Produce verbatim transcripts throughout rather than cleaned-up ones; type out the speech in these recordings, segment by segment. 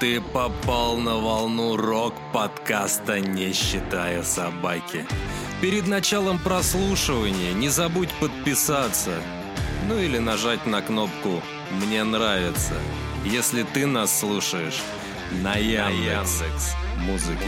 Ты попал на волну рок-подкаста «Не считая собаки». Перед началом прослушивания не забудь подписаться. Ну или нажать на кнопку «Мне нравится», если ты нас слушаешь на Яндекс.Музыке.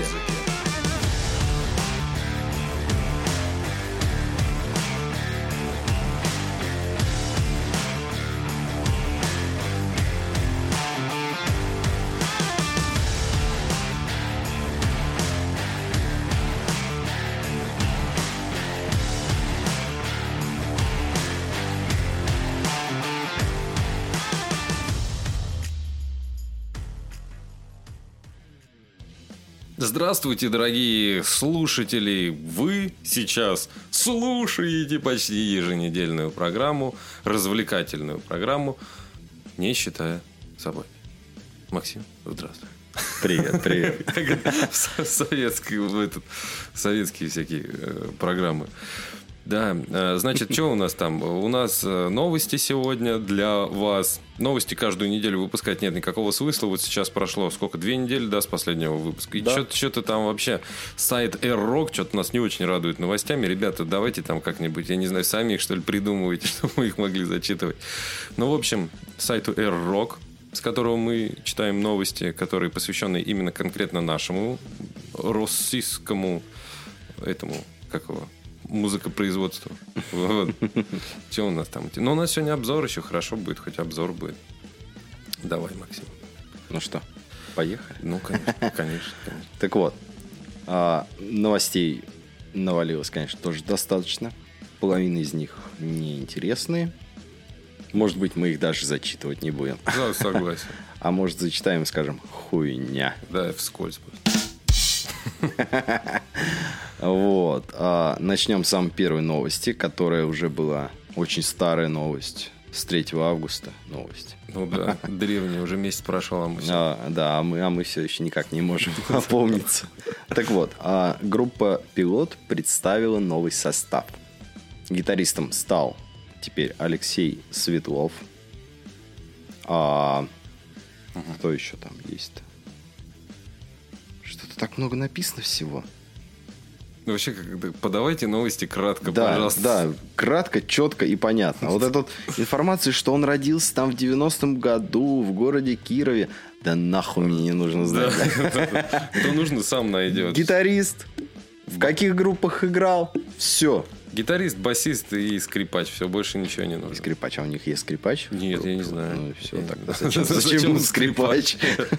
Здравствуйте, дорогие слушатели! Вы сейчас слушаете почти еженедельную программу, развлекательную программу «Не считая собой». Максим, здравствуй. Привет, привет. Советские, советские всякие программы. Да, значит, что у нас там? У нас новости сегодня для вас. Новости каждую неделю выпускать нет никакого смысла. Вот сейчас прошло сколько? Две недели, да, с последнего выпуска. И да. что-то, что-то там вообще сайт AirRock что-то нас не очень радует новостями. Ребята, давайте там как-нибудь, я не знаю, сами их что ли придумываете, чтобы мы их могли зачитывать. Ну, в общем, сайту AirRock, с которого мы читаем новости, которые посвящены именно конкретно нашему российскому этому, как его, музыкопроизводство. Вот. Что у нас там? Ну, у нас сегодня обзор еще. Хорошо будет, хоть обзор будет. Давай, Максим. Ну что, поехали? Ну, конечно, конечно, конечно. Так вот, новостей навалилось, конечно, тоже достаточно. Половина из них неинтересные. Может быть, мы их даже зачитывать не будем. Да, согласен. А может, зачитаем и скажем хуйня. Да, вскользь будет. Вот. А, начнем с самой первой новости, которая уже была очень старая новость. С третьего августа новость. Ну да, древняя, уже месяц прошел, а мы все... А, да, а мы, а мы все еще никак не можем опомниться. Так вот, а, группа «Пилот» представила новый состав. Гитаристом стал теперь Алексей Светлов. А, кто еще там есть-то? Что-то так много написано всего. Ну, вообще, как-то подавайте новости кратко, да, пожалуйста. Да, кратко, четко и понятно. Вот эта вот информация, что он родился там в девяностом году в городе Кирове. Да нахуй мне не нужно знать. Кто нужно, сам найдет. Гитарист. В каких группах играл. Все. Гитарист, басист и скрипач. Все, больше ничего не нужно. Скрипач. А у них есть скрипач? Нет, я не знаю. Ну, все, тогда зачем, зачем скрипач?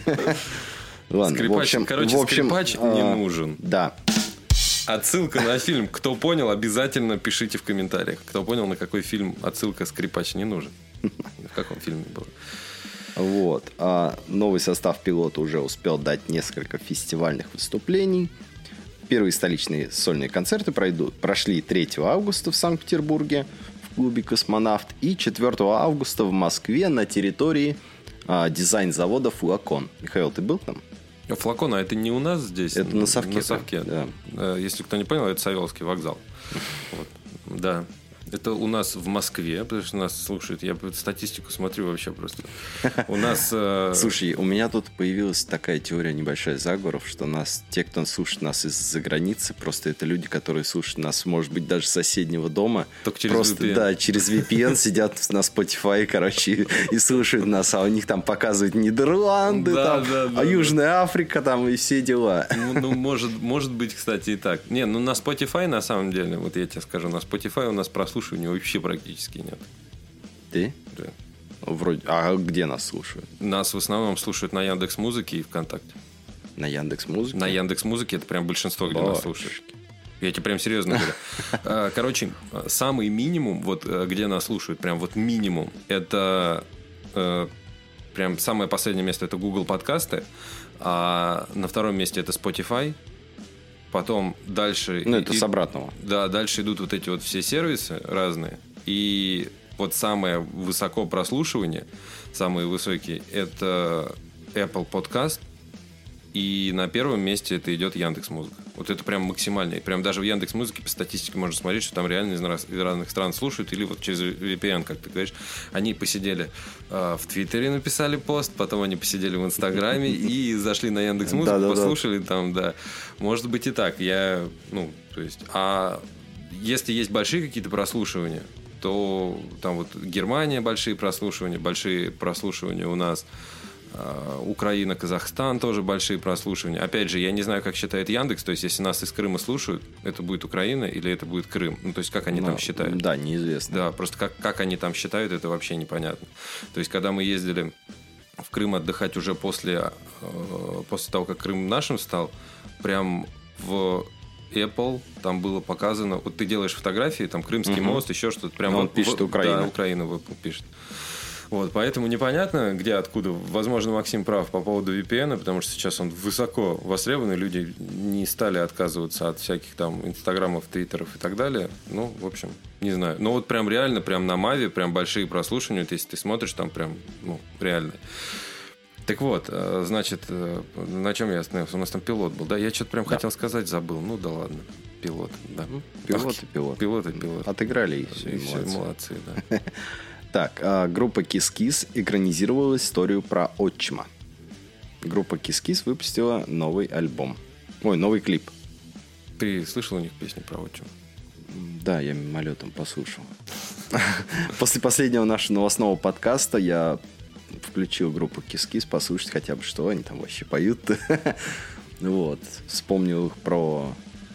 Ладно, скрипач, в общем, короче, в общем, скрипач а, не нужен. Да. Отсылка на фильм. Кто понял, обязательно пишите в комментариях. Кто понял, на какой фильм отсылка «Скрипач» не нужен. В каком фильме было. Вот. А новый состав «Пилота» уже успел дать несколько фестивальных выступлений. Первые столичные сольные концерты пройдут, прошли третьего августа в Санкт-Петербурге в клубе «Космонавт» и четвёртого августа в Москве на территории а, дизайн-завода «Флакон». Михаил, ты был там? Флакон, а это не у нас здесь? Это на Совке. На Совке. Да. Если кто не понял, это Савеловский вокзал. Вот. Да. Это у нас в Москве, потому что нас слушают. Я статистику смотрю вообще просто. У нас... Слушай, у меня тут появилась такая теория небольшая заговоров, что нас, те, кто слушает нас из-за границы, просто это люди, которые слушают нас, может быть, даже с соседнего дома. Только через просто, ви пи эн. Да, через ви пи эн сидят на Spotify, короче, и слушают нас, а у них там показывают Нидерланды, да, там, да, да, а да. Южная Африка там и все дела. Ну, ну может, может быть, кстати, и так. Не, ну на Spotify, на самом деле, вот я тебе скажу, на Spotify у нас прослушивания вообще практически нет. Ты? Да. Вроде. А где нас слушают? Нас в основном слушают на Яндекс.Музыке и ВКонтакте. На Яндекс.Музыке? На Яндекс.Музыке это прям большинство, где нас слушают. Я тебе прям серьезно говорю. Короче, самый минимум, вот где нас слушают, прям вот минимум, это прям самое последнее место, это Google подкасты, а на втором месте это Spotify. Потом дальше... Ну, это и, с обратного. Да, дальше идут вот эти вот все сервисы разные. И вот самое высоко прослушивание, самые высокие, это Apple Podcast. И на первом месте это идет Яндекс.Музыка. Вот это прям максимально. И прям даже в Яндекс.Музыке по статистике можно смотреть, что там реально из, раз, из разных стран слушают. Или вот через ви пи эн, как ты говоришь. Они посидели э, в Твиттере, написали пост, потом они посидели в Инстаграме и зашли на Яндекс.Музыку, послушали там, да. Может быть и так. Я, ну, то есть... А если есть большие какие-то прослушивания, то там вот Германия большие прослушивания, большие прослушивания у нас... Украина, Казахстан тоже большие прослушивания. Опять же, я не знаю, как считает Яндекс. То есть, если нас из Крыма слушают, это будет Украина или это будет Крым? Ну, то есть, как они ну, там считают? Да, неизвестно. Да, просто как, как они там считают, это вообще непонятно. То есть, когда мы ездили в Крым отдыхать уже после, после того, как Крым нашим стал, прям в Apple там было показано... Вот ты делаешь фотографии, там Крымский угу. мост, еще что-то. Прям он в, пишет Украина. Да, Украина в Apple пишет. Вот, поэтому непонятно, где, откуда. Возможно, Максим прав по поводу ви пи эн, потому что сейчас он высоко востребованный. Люди не стали отказываться от всяких там инстаграмов, твиттеров и так далее. Ну, в общем, не знаю. Но вот прям реально, прям на Маве, прям большие прослушивания. Вот если ты смотришь, там прям, ну, реально. Так вот, значит, на чем я остановился? У нас там пилот был, да? Я что-то прям да. хотел сказать, забыл. Ну, да ладно. Пилот, да. Пилот и пилот. Пилот и пилот. Отыграли и все. И все, молодцы, да. Так, группа Kiss-Kiss экранизировала историю про отчима. Группа Kiss-Kiss выпустила новый альбом. Ой, новый клип. Ты слышал у них песню про отчима? Да, я мимолетом послушал. После последнего нашего новостного подкаста я включил группу Kiss-Kiss послушать хотя бы, что они там вообще поют. Вот. Вспомнил их про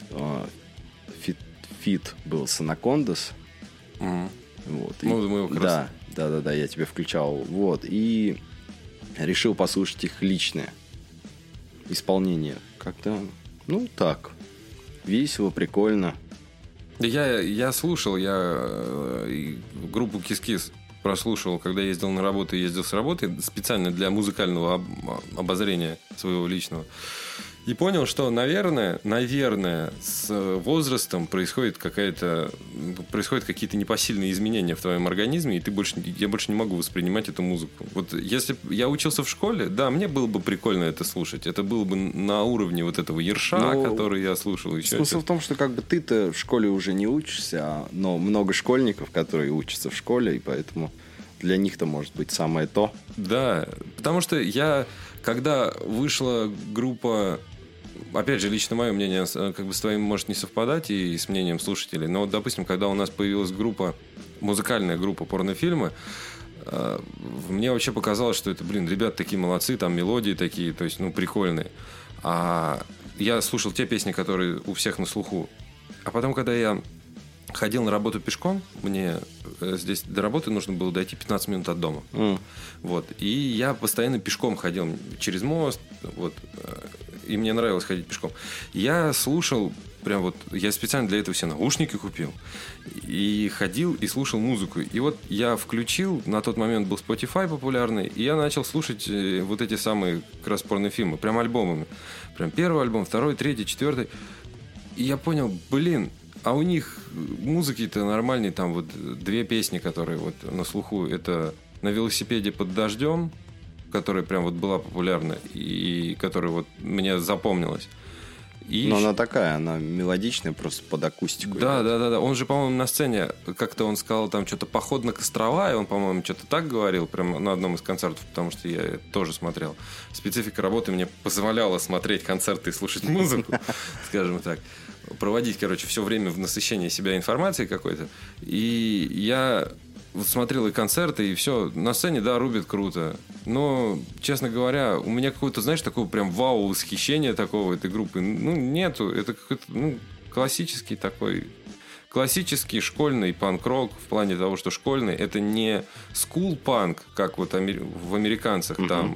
фит был с Анакондас. Вот. Ну, мы его как да, да, да, да, я тебе включал. Вот. И решил послушать их личное исполнение. Как-то, ну, так. Весело, прикольно. Я, я слушал, я э, группу Kiss-Kiss прослушивал, когда ездил на работу и ездил с работы, специально для музыкального об, обозрения своего личного. И понял, что, наверное, наверное, с возрастом происходит какая-то, происходят какие-то непосильные изменения в твоем организме, и ты больше, я больше не могу воспринимать эту музыку. Вот если бы я учился в школе, да, мне было бы прикольно это слушать. Это было бы на уровне вот этого ерша, но который я слушал. Еще смысл это... в том, что как бы ты-то в школе уже не учишься, но много школьников, которые учатся в школе, и поэтому для них-то может быть самое то. Да, потому что я, когда вышла группа... Опять же, лично мое мнение как бы с твоим может не совпадать и с мнением слушателей. Но вот, допустим, когда у нас появилась группа, музыкальная группа порнофильмы, мне вообще показалось, что это, блин, ребята такие молодцы, там мелодии такие, то есть, ну, прикольные. А я слушал те песни, которые у всех на слуху. А потом, когда я ходил на работу пешком, мне здесь до работы нужно было дойти пятнадцать минут от дома. Mm. Вот. И я постоянно пешком ходил через мост, вот, и мне нравилось ходить пешком. Я слушал, прям вот, я специально для этого все наушники купил, и ходил и слушал музыку. И вот я включил, на тот момент был Spotify популярный, и я начал слушать вот эти самые как раз порнофильмы, прям альбомами. Прям первый альбом, второй, третий, четвертый. И я понял, блин, а у них музыки-то нормальные, там вот две песни, которые вот на слуху, это «На велосипеде под дождем», которая прям вот была популярна и которая вот мне запомнилась. И... Но она такая, она мелодичная, просто под акустику. Да, да, да, да. Он же, по-моему, на сцене как-то он сказал там что-то «Поход на Кострова», и он, по-моему, что-то так говорил прям на одном из концертов, потому что я тоже смотрел. Специфика работы мне позволяла смотреть концерты и слушать музыку, скажем так. Проводить, короче, все время в насыщении себя информацией какой-то. И я вот смотрел и концерты, и все. На сцене, да, рубит круто. Но, честно говоря, у меня какое-то, знаешь, такое прям вау-восхищение такого этой группы. Ну, нету. Это какой-то, ну, классический такой... Классический школьный панк-рок в плане того, что школьный. Это не скул-панк, как вот в американцах mm-hmm. там...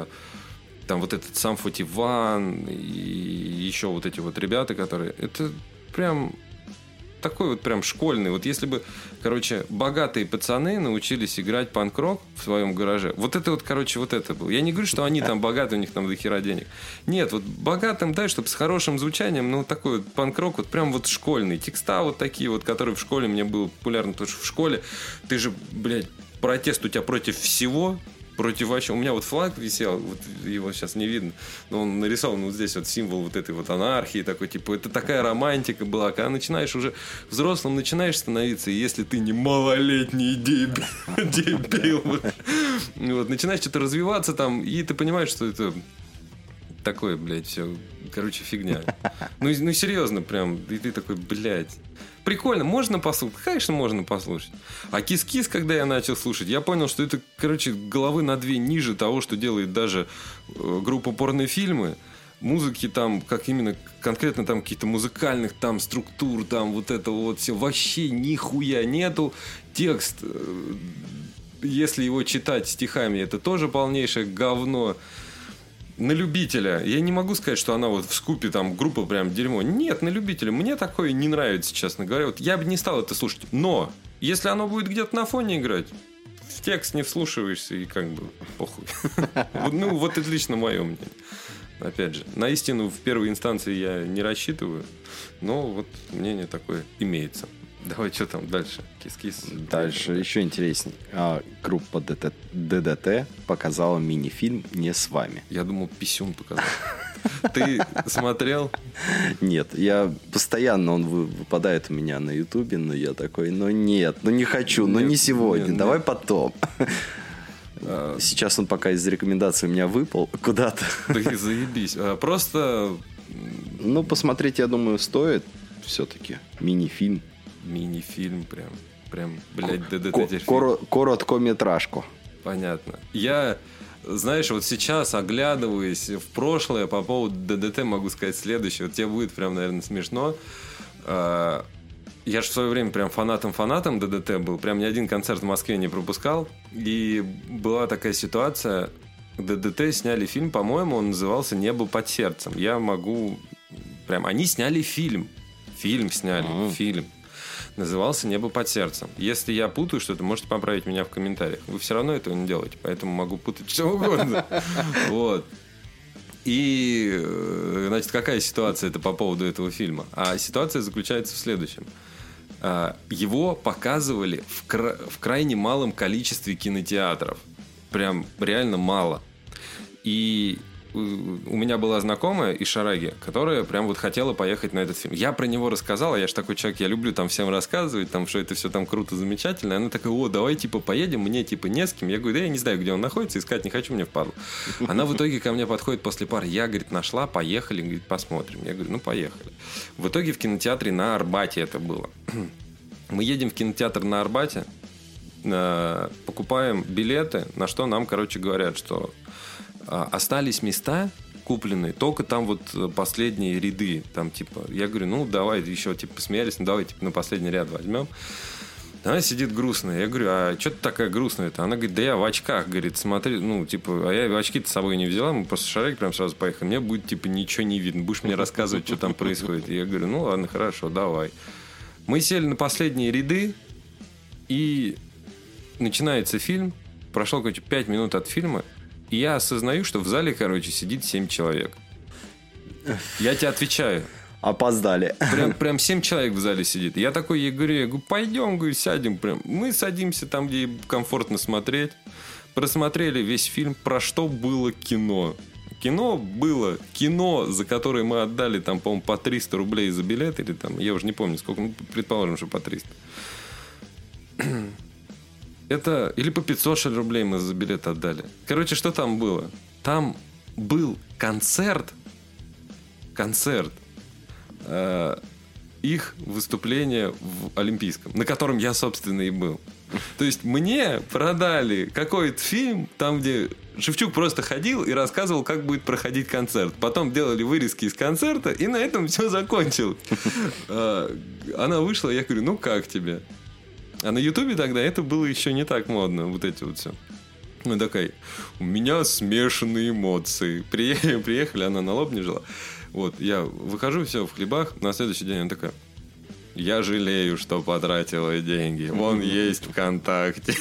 Там вот этот сам сорок один и еще вот эти вот ребята, которые... Это прям такой вот прям школьный. Вот если бы, короче, богатые пацаны научились играть панк-рок в своем гараже, вот это вот, короче, вот это было. Я не говорю, что они там богатые, у них там до хера денег. Нет, вот богатым, дай, чтобы с хорошим звучанием, ну, такой вот панк-рок, вот прям вот школьный. Текста вот такие вот, которые в школе мне было популярны, потому что в школе ты же, блядь, протест у тебя против всего. против вообще. У меня вот флаг висел, вот его сейчас не видно, но он нарисован вот здесь вот символ вот этой вот анархии такой, типа, это такая романтика была. Когда начинаешь уже взрослым начинаешь становиться, и если ты не малолетний дебил, дебил вот, вот, начинаешь что-то развиваться там, и ты понимаешь, что это такое, блядь, все, короче, фигня. Ну, ну серьезно, прям, и ты такой, блядь. Прикольно, можно послушать? Конечно, можно послушать. А Кис-Кис, когда я начал слушать, я понял, что это, короче, головы на две ниже того, что делает даже э, группа порнофильмы. Музыки там, как именно конкретно там каких-то музыкальных там структур, там вот этого вот все вообще нихуя нету. Текст, э, если его читать стихами, это тоже полнейшее говно. На любителя. Я не могу сказать, что она вот в скупе там группа прям дерьмо. Нет, на любителя. Мне такое не нравится, честно говоря. Вот я бы не стал это слушать. Но, если оно будет где-то на фоне играть, в текст не вслушиваешься и как бы похуй. Ну, вот это лично мое мнение. Опять же, на истину в первой инстанции я не рассчитываю, но вот мнение такое имеется. Давай, что там дальше? Кис-кис. Дальше еще интересней. А, группа ДДТ показала мини-фильм «Не с вами». Я думал, писюн показал. Ты смотрел? Нет, я постоянно он выпадает у меня на Ютубе, но я такой, ну нет, ну не хочу, ну не сегодня, нет, давай нет. потом. А... Сейчас он пока из рекомендаций у меня выпал куда-то. Да заебись. А, просто... Ну, посмотреть, я думаю, стоит все-таки. Мини-фильм. Мини-фильм прям, прям, блядь, ДДТ. Кор- короткометражку. Понятно. Я, знаешь, вот сейчас, оглядываясь в прошлое по поводу ДДТ, могу сказать следующее. Вот тебе будет прям, наверное, смешно. Я же в свое время прям фанатом-фанатом ДДТ был. Прям ни один концерт в Москве не пропускал. И была такая ситуация. ДДТ сняли фильм, по-моему, он назывался «Небо под сердцем». Я могу... Прям, они сняли фильм. Фильм сняли, mm-hmm. фильм. Назывался «Небо под сердцем». Если я путаю что-то, можете поправить меня в комментариях. Вы все равно этого не делаете, поэтому могу путать что угодно. Вот. И, значит, какая ситуация это по поводу этого фильма? А ситуация заключается в следующем. Его показывали в, кра- в крайне малом количестве кинотеатров. Прям реально мало. И... У меня была знакомая из Шараги, которая прям вот хотела поехать на этот фильм. Я про него рассказал, я же такой человек, я люблю там всем рассказывать, там, что это все там круто, замечательно. И она такая, о, давай типа поедем, мне типа не с кем. Я говорю, да я не знаю, где он находится, искать не хочу, мне впадло. Она в итоге ко мне подходит после пары, я, говорит, нашла, поехали, говорит, посмотрим. Я говорю, ну поехали. В итоге в кинотеатре на Арбате это было. Мы едем в кинотеатр на Арбате, покупаем билеты, на что нам, короче, говорят, что остались места купленные, только там вот последние ряды. Там типа, я говорю, ну давай еще типа посмеялись, ну давай типа на последний ряд возьмем. Она сидит грустная. Я говорю, а что ты такая грустная-то? Она говорит, да я в очках, говорит, смотри, ну типа, а я очки-то с собой не взяла, мы просто Шараги прям сразу поехали. Мне будет типа ничего не видно, будешь мне рассказывать, что там происходит. И я говорю, ну ладно, хорошо, давай. Мы сели на последние ряды, и начинается фильм. Прошло, короче, пять минут от фильма. И я осознаю, что в зале, короче, сидит семь человек. Я тебе отвечаю. Опоздали. Прям, прям семь человек в зале сидит. Я такой ей говорю, я говорю, пойдем, говорю, сядем. Прям. Мы садимся там, где комфортно смотреть. Просмотрели весь фильм. Про что было кино? Кино было. Кино, за которое мы отдали, там, по-моему, по триста рублей за билет. Или там, я уже не помню, сколько. Ну, предположим, что по триста. Это... Или по пятьсот что ли, рублей мы за билет отдали. Короче, что там было? Там был концерт. Концерт. Э, их выступления в Олимпийском. На котором я, собственно, и был. То есть мне продали какой-то фильм, там, где Шевчук просто ходил и рассказывал, как будет проходить концерт. Потом делали вырезки из концерта, и на этом все закончилось. Она вышла, я говорю, ну как тебе? А на Ютубе тогда это было еще не так модно, вот эти вот все. Ну, такая, у меня смешанные эмоции. Приехали, она на Лобне жила. Вот, я выхожу, все, в хлебах. На следующий день она такая, я жалею, что потратила деньги. Вон есть ВКонтакте.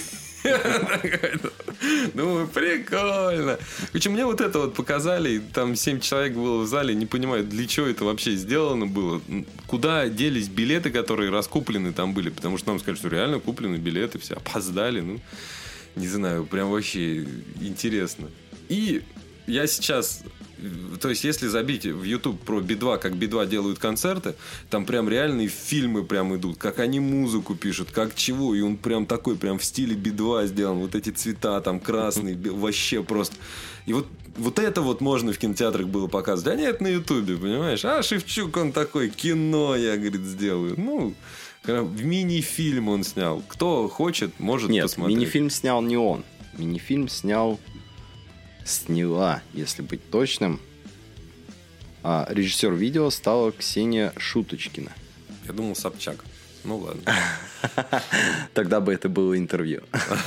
Ну, прикольно. Причем мне вот это вот показали. Там семь человек было в зале. Не понимаю, для чего это вообще сделано было. Куда делись билеты, которые раскуплены там были. Потому что нам сказали, что реально куплены билеты. Все опоздали. Ну, Не знаю, прям вообще интересно. И я сейчас... То есть, если забить в YouTube про би два, как би два делают концерты, там прям реальные фильмы прям идут, как они музыку пишут, как чего, и он прям такой, прям в стиле би два сделан, вот эти цвета там красные, вообще просто. И вот, вот это вот можно в кинотеатрах было показывать, а нет на Ютубе, понимаешь? А Шевчук, он такой, кино я, говорит, сделаю. Ну, в мини-фильм он снял. Кто хочет, может нет, посмотреть. Нет, мини-фильм снял не он. Мини-фильм снял... Сняла, если быть точным. А режиссер видео стала Ксения Шуточкина. Я думал, Собчак. Ну ладно. Тогда бы это было интервью.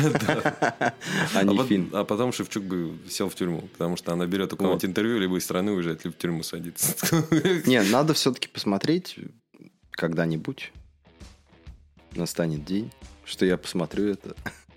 А не фильм. А потом Шевчук бы сел в тюрьму. Потому что она берет у кого-нибудь интервью, либо из страны уезжает, либо в тюрьму садится. Не, надо все-таки посмотреть когда-нибудь. Настанет день, что я посмотрю это.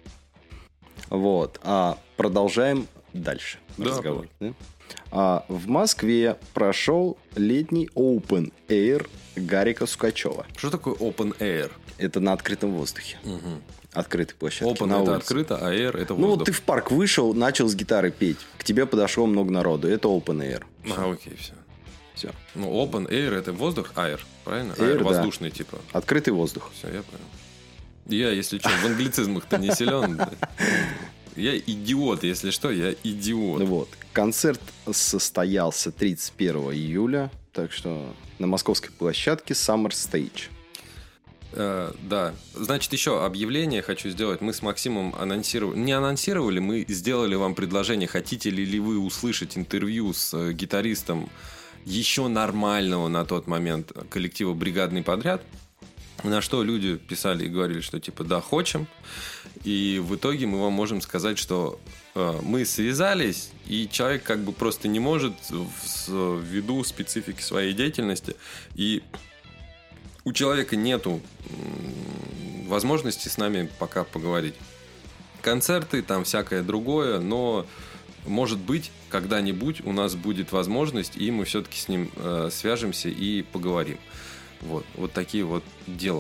Вот. А продолжаем дальше да, разговор. Да? А, в Москве прошел летний Open Air Гарика Сукачева. Что такое Open Air? Это на открытом воздухе. Угу. Открытой площадке. Open это открыто, а Air это воздух. Ну вот ты в парк вышел, начал с гитары петь. К тебе подошло много народу. Это Open Air. Все. А, окей, все. Все. Ну, Open Air это воздух, Air, правильно? Air, Air воздушный да. типа. Открытый воздух. Все, я понял. Я, если что, в англицизмах-то не силен. Я идиот, если что, я идиот. Вот. Концерт состоялся тридцать первого июля, так что на московской площадке Summer Stage. Uh, да. Значит, еще объявление хочу сделать. Мы с Максимом анонсировали... Не анонсировали, мы сделали вам предложение. Хотите ли, ли вы услышать интервью с uh, гитаристом еще нормального на тот момент коллектива «Бригадный подряд»? На что люди писали и говорили, что типа да, хотим. И в итоге мы вам можем сказать, что э, мы связались, и человек как бы просто не может ввиду специфики своей деятельности. И у человека нету м, возможности с нами пока поговорить. Концерты, там всякое другое, но может быть, когда-нибудь у нас будет возможность, и мы все-таки с ним э, свяжемся и поговорим. Вот, вот такие вот дела.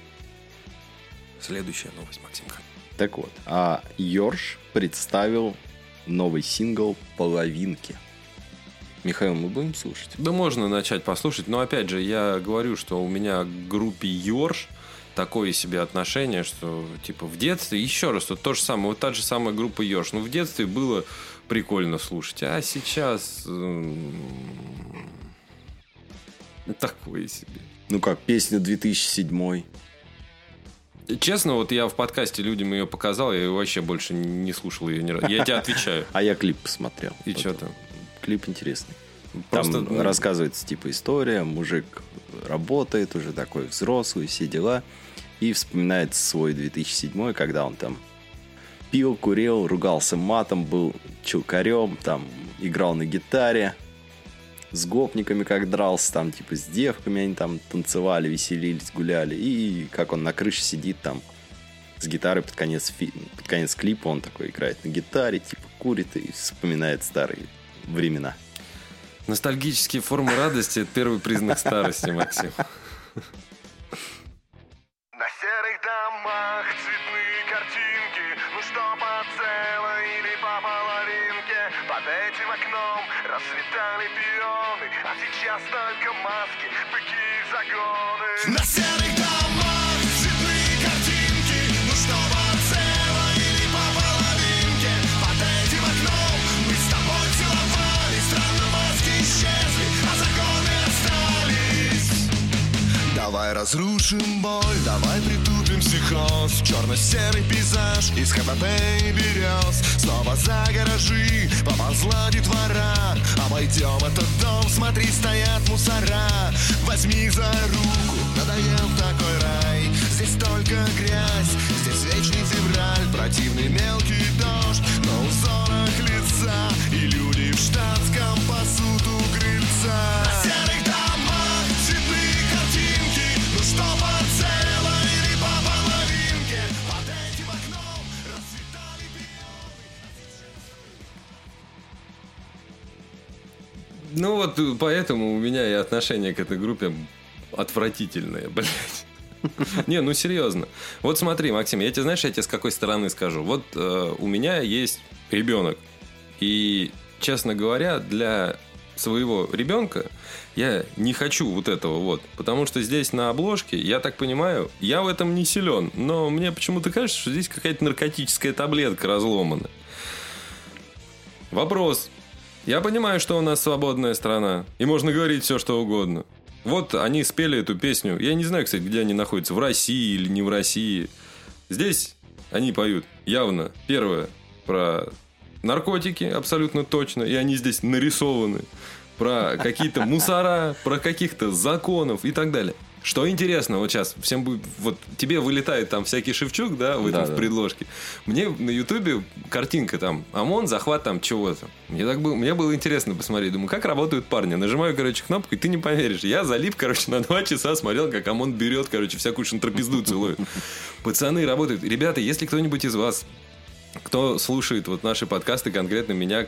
Следующая новость, Максимка. Так вот, а Йорш представил новый сингл «Половинки». Михаил, мы будем слушать? Да можно начать послушать, но опять же, я говорю, что у меня к группе Йорш такое себе отношение, что типа в детстве, еще раз, вот то же самое, вот та же самая группа Йорш, ну в детстве было прикольно слушать, а сейчас такое себе. Ну как, песня две тысячи седьмой. Честно, вот я в подкасте людям ее показал, я вообще больше не слушал ее ни разу. Я тебе отвечаю. А я клип посмотрел. И что там? Клип интересный. Просто там рассказывается типа история, мужик работает, уже такой взрослый, все дела. И вспоминает свой две тысячи седьмой, когда он там пил, курил, ругался матом, был чулкарем, там играл на гитаре. С гопниками как дрался, там, типа, с девками они там танцевали, веселились, гуляли. И как он на крыше сидит там с гитарой под конец, фи... под конец клипа, он такой играет на гитаре, типа, курит и вспоминает старые времена. Ностальгические формы радости – это первый признак старости, Максим. На серых домах цветные картинки, ну что по целой или по половинке. Под этим окном расцветали пионы, а сейчас только маски, быки и загоны. На серых домах цветные картинки, ну что по целой или по половинке. Под этим окном мы с тобой целовались, странно маски исчезли, а законы остались. Давай разрушим боль, давай притупим психоз. Черно-серый пейзаж из ХПП и берез. Снова за гаражи поползла детвора. Обойдем этот дом, смотри, стоят мусора. Возьми за руку, надоел такой рай. Здесь только грязь, здесь вечный февраль. Противный мелкий дождь на узорах лица. И люди в штатском пасут у крыльца. На серых домах цветные картинки, ну что по целой или по половинке. Под этим окном расцветали пионы. Ну вот поэтому у меня и отношение к этой группе отвратительное, блядь. Не, ну серьезно. Вот смотри, Максим, я тебе, знаешь, я тебе с какой стороны скажу. Вот э, у меня есть ребенок. И, честно говоря, для своего ребенка я не хочу вот этого вот. Потому что здесь на обложке, я так понимаю, я в этом не силен. Но мне почему-то кажется, что здесь какая-то наркотическая таблетка разломана. Вопрос. Я понимаю, что у нас свободная страна. И можно говорить все, что угодно. Вот они спели эту песню. Я не знаю, кстати, где они находятся. В России или не в России. Здесь они поют явно. Первое про наркотики, абсолютно точно. И они здесь нарисованы. Про какие-то мусора, про каких-то законов и так далее. Что интересно, вот сейчас всем будет, вот тебе вылетает там всякий Шевчук, да, в этом Да, в да. предложке. Мне на Ютубе картинка там, ОМОН, захват там чего-то. Мне так было, мне было интересно посмотреть. Думаю, как работают парни. Нажимаю, короче, кнопку, и ты не поверишь. Я залип, короче, на два часа смотрел, как ОМОН берет, короче, всякую шантропизду целую. Пацаны работают. Ребята, если кто-нибудь из вас, кто слушает вот наши подкасты, конкретно меня,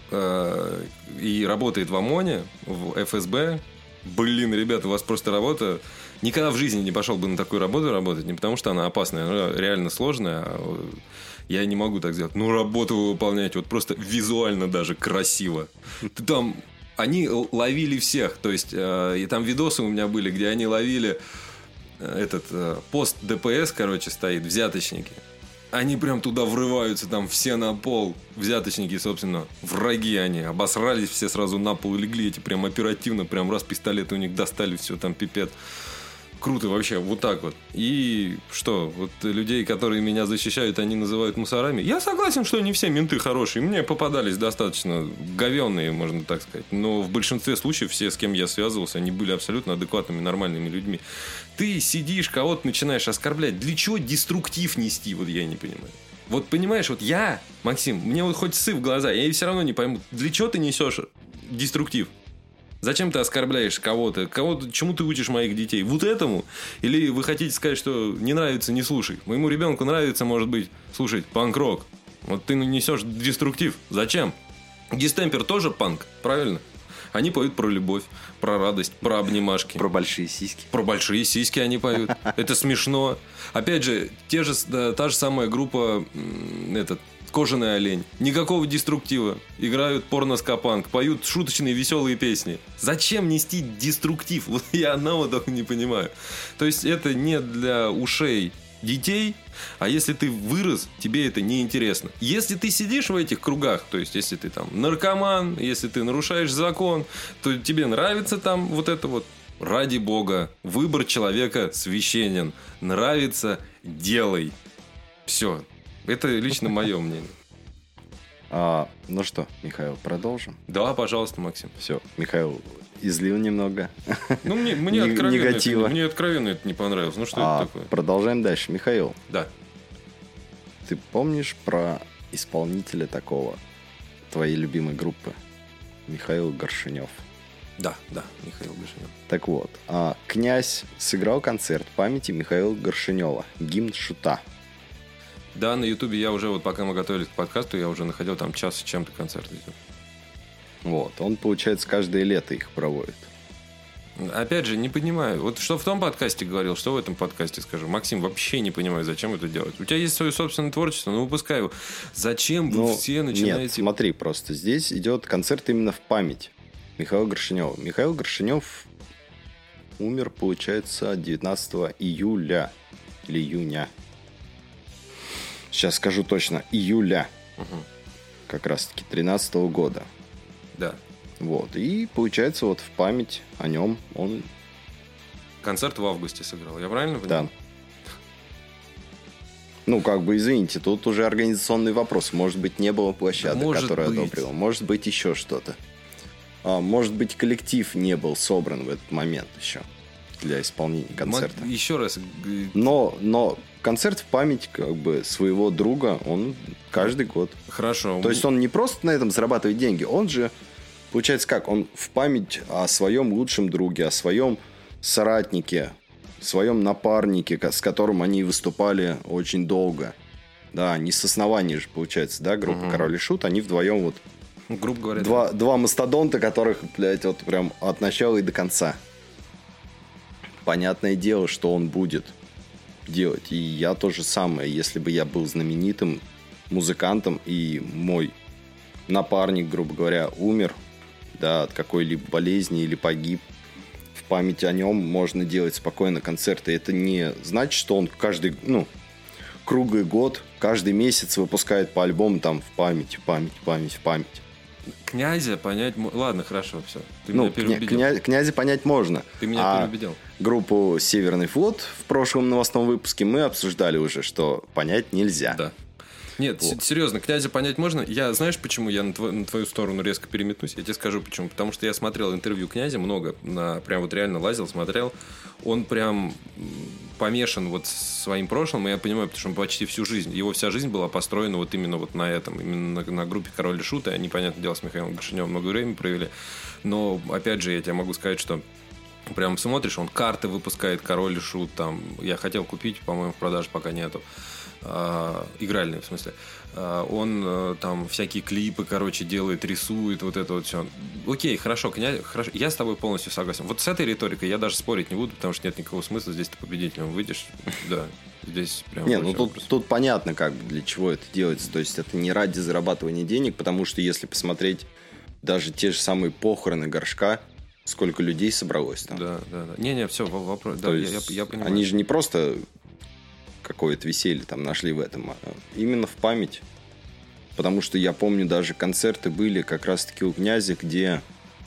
э, и работает в ОМОНе, в эф эс бэ, блин, ребята, у вас просто работа. Никогда в жизни не пошел бы на такую работу работать. Не потому, что она опасная, она реально сложная. А я не могу так сделать. Ну, работу вы выполняете вот просто визуально даже красиво. Там они ловили всех. То есть, э, и там видосы у меня были, где они ловили этот э, пост дэ пэ эс, короче, стоит, взяточники. Они прям туда врываются, там все на пол. Взяточники, собственно, враги они. Обосрались, все сразу на пол легли. Эти прям оперативно, прям раз пистолеты у них достали, все там пипец. Круто вообще, вот так вот. И что, вот людей, которые меня защищают, они называют мусорами. Я согласен, что не все менты хорошие. Мне попадались достаточно говенные, можно так сказать. Но в большинстве случаев все, с кем я связывался, они были абсолютно адекватными, нормальными людьми. Ты сидишь, кого-то начинаешь оскорблять. Для чего деструктив нести, вот я не понимаю. Вот понимаешь, вот я, Максим, мне вот хоть ссы в глаза, я и все равно не пойму, для чего ты несешь деструктив? Зачем ты оскорбляешь кого-то? Кого-то? Чему ты учишь моих детей? Вот этому? Или вы хотите сказать, что не нравится, не слушай? Моему ребенку нравится, может быть, слушать панк-рок. Вот ты несешь деструктив. Зачем? Дистемпер тоже панк, правильно? Они поют про любовь, про радость, про обнимашки. Про большие сиськи. Про большие сиськи они поют. Это смешно. Опять же, те же, да, та же самая группа, этот, Кожаный олень. Никакого деструктива. Играют порно-ска-панк, поют шуточные веселые песни. Зачем нести деструктив? Вот я одного только не понимаю. То есть это не для ушей детей, а если ты вырос, тебе это неинтересно. Если ты сидишь в этих кругах, то есть если ты там наркоман, если ты нарушаешь закон, то тебе нравится там вот это вот. Ради бога, выбор человека священен. Нравится – делай. Все. Это лично мое мнение. А, ну что, Михаил, продолжим? Да, пожалуйста, Максим. Все, Михаил излил немного. Ну, мне, мне, Н- откровенно негатива. это, мне откровенно это не понравилось. Ну, что А, это такое? продолжаем дальше. Михаил, Да. ты помнишь про исполнителя такого, твоей любимой группы? Михаил Горшенев. Да, да, Михаил Горшенев. Так вот, а, князь сыграл концерт памяти Михаила Горшенева. Гимн Шута. Да, на Ютубе я уже, вот пока мы готовились к подкасту, я уже находил там час с чем-то концерт идет. Вот, он, получается, каждое лето их проводит. Опять же, не понимаю. Вот что в том подкасте говорил, что в этом подкасте скажу. Максим, вообще не понимаю, зачем это делать. У тебя есть свое собственное творчество, ну выпускай его. Зачем вы Ну, все Нет, начинаете... смотри, просто здесь идет концерт именно в память Михаила Горшенева. Михаил Горшенев умер, получается, девятнадцатого июля или июня. Сейчас скажу точно, июля. Угу. Как раз-таки тринадцатого года. Да. Вот. И получается, вот в память о нем он... Концерт в августе сыграл, я правильно понимаю? Да. Ну, как бы, извините, тут уже организационный вопрос. Может быть, не было площадок, Может которая быть. одобрила. Может быть, еще что-то. А, может быть, коллектив не был собран в этот момент еще для исполнения концерта. М- Еще раз. г- Но, но концерт в память как бы своего друга, он каждый год. Хорошо. То есть он не просто на этом зарабатывает деньги, он же, получается как, он в память о своем лучшем друге, о своем соратнике, своем напарнике, ко- с которым они выступали очень долго. Да, не с основания же, получается, да, группа Мгм. Король и Шут, они вдвоем вот, Грубо говоря, два, два мастодонта, которых, блядь, вот прям от начала и до конца. Понятное дело, что он будет делать. И я то же самое. Если бы я был знаменитым музыкантом, и мой напарник, грубо говоря, умер, да, от какой-либо болезни или погиб, в память о нем можно делать спокойно концерты. Это не значит, что он каждый, ну, круглый год, каждый месяц выпускает по альбому там в память, в память, в память, в память. Князя понять... Ладно, хорошо, все. Ты ну, меня переубедил. Кня... Князя понять можно. Ты меня а переубедил. Группу «Северный флот» в прошлом новостном выпуске мы обсуждали уже, что понять нельзя. Да. Нет, вот. Серьезно, князя понять можно. Я, знаешь, почему я на, тво, на твою сторону резко переметнусь? Я тебе скажу, почему. Потому что я смотрел интервью князя много, на, прям вот реально лазил, смотрел. Он прям помешан вот своим прошлым, и я понимаю, потому что он почти всю жизнь, его вся жизнь была построена вот именно вот на этом, именно на, на группе «Король и Шут», и они, понятное дело, с Михаилом Горшиневым много времени провели. Но, опять же, я тебе могу сказать, что прям смотришь, он карты выпускает, «Король и Шут», там, я хотел купить, по-моему, в продаже пока нету. Uh, игральные, в смысле. Uh, он uh, там всякие клипы, короче, делает, рисует, вот это вот все. Окей, хорошо, князь, хорошо, я с тобой полностью согласен. Вот с этой риторикой я даже спорить не буду, потому что нет никакого смысла, здесь ты победителем выйдешь. Да, здесь прям... Не, ну тут, тут понятно, как бы, для чего это делается. То есть это не ради зарабатывания денег, потому что если посмотреть даже те же самые похороны Горшка, сколько людей собралось там. Да, да, да. Не-не, все, вопрос... Да, я, я, я понимаю. Они же не просто... какое-то веселье там нашли в этом. Именно в память. Потому что я помню, даже концерты были как раз-таки у князя, где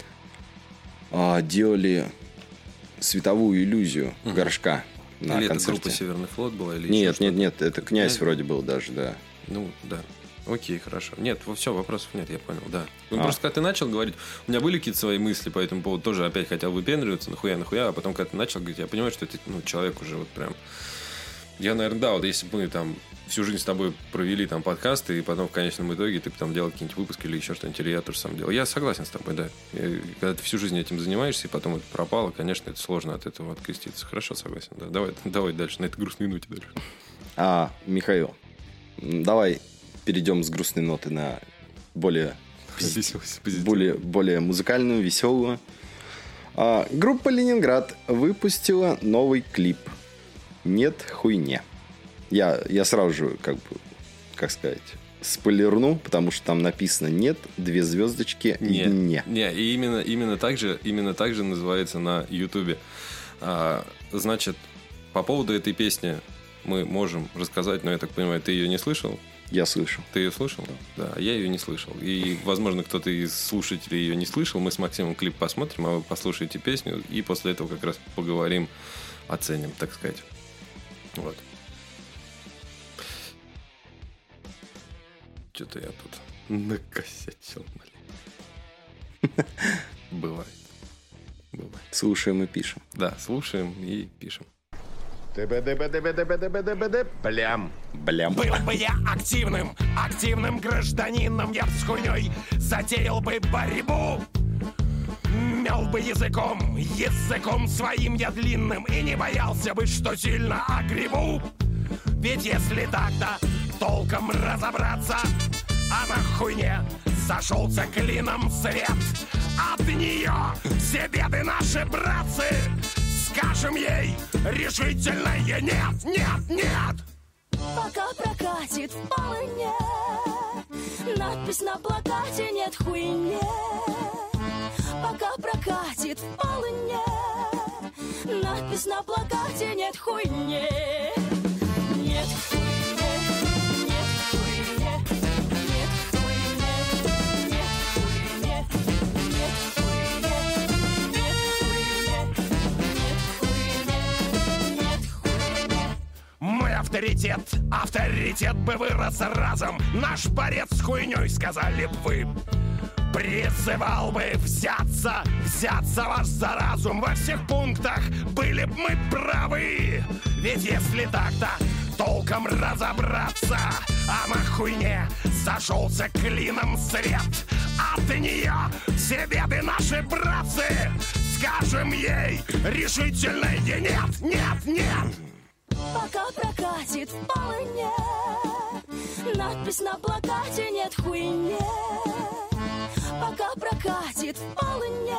а, делали световую иллюзию угу. Горшка на или концерте. Это группа «Северный флот» была? Или нет, нет, нет, это князь, князь вроде был даже, да. Ну, да. Окей, хорошо. Нет, все, вопросов нет, я понял, да. Ну, а. Просто когда ты начал говорить, у меня были какие-то свои мысли по этому поводу, тоже опять хотел выпендриваться, нахуя, нахуя, а потом, когда ты начал говорить, я понимаю, что это, ну, человек уже вот прям... Я, наверное, да, вот если бы мы там всю жизнь с тобой провели там подкасты, и потом в конечном итоге ты бы там делал какие-нибудь выпуски или еще что-нибудь, или я тоже сам делал. Я согласен с тобой, да. Я, когда ты всю жизнь этим занимаешься, и потом это пропало, конечно, это сложно от этого откреститься. Хорошо, согласен, да. Давай, давай дальше, на этой грустной ноте дальше. А, Михаил, давай перейдем с грустной ноты на более, более, более музыкальную, веселую. А, группа «Ленинград» выпустила новый клип. Нет хуйне. Я, я сразу же, как бы, как сказать, спойлерну, потому что там написано «нет», две звездочки и «не». Не, и именно, именно, так же, именно так же называется на Ютубе. А, значит, по поводу этой песни мы можем рассказать, но я так понимаю, ты ее не слышал? Я слышал. Ты ее слышал? Да. Да, я ее не слышал. И, возможно, кто-то из слушателей ее не слышал. Мы с Максимом клип посмотрим, а вы послушаете песню, и после этого как раз поговорим, оценим, так сказать. Вот. Что-то я тут накосячил. Бывает. Бывает. Слушаем и пишем. Да, слушаем и пишем. Блям. Блям. Был бы я активным, активным гражданином, я б с хуйней затеял бы борьбу. Мял бы языком, языком своим я длинным, и не боялся бы, что сильно огребу. Ведь если так-то толком разобраться, а на хуйне сошелся клином свет. От нее все беды наши, братцы, скажем ей решительное нет, нет, нет. Пока прокатит в полыне надпись на плакате «Нет хуйне». Пока прокатит в полыне надпись на плакате «Нет хуйне». Нет хуйне, нет хуйне, нет хуйне, нет хуйне, нет хуйне, нет хуйне, нет хуйне, нет хуйне. Мой авторитет, авторитет бы вырос разом. Наш борец с хуйней, сказали б вы. Призывал бы взяться, взяться вас за разум. Во всех пунктах были бы мы правы. Ведь если так-то толком разобраться, а на хуйне сошелся клином свет. От нее все беды наши, братцы, скажем ей решительное нет, нет, нет. Пока прокатит в полыне надпись на плакате «Нет хуйне». Пока прокатит в полыне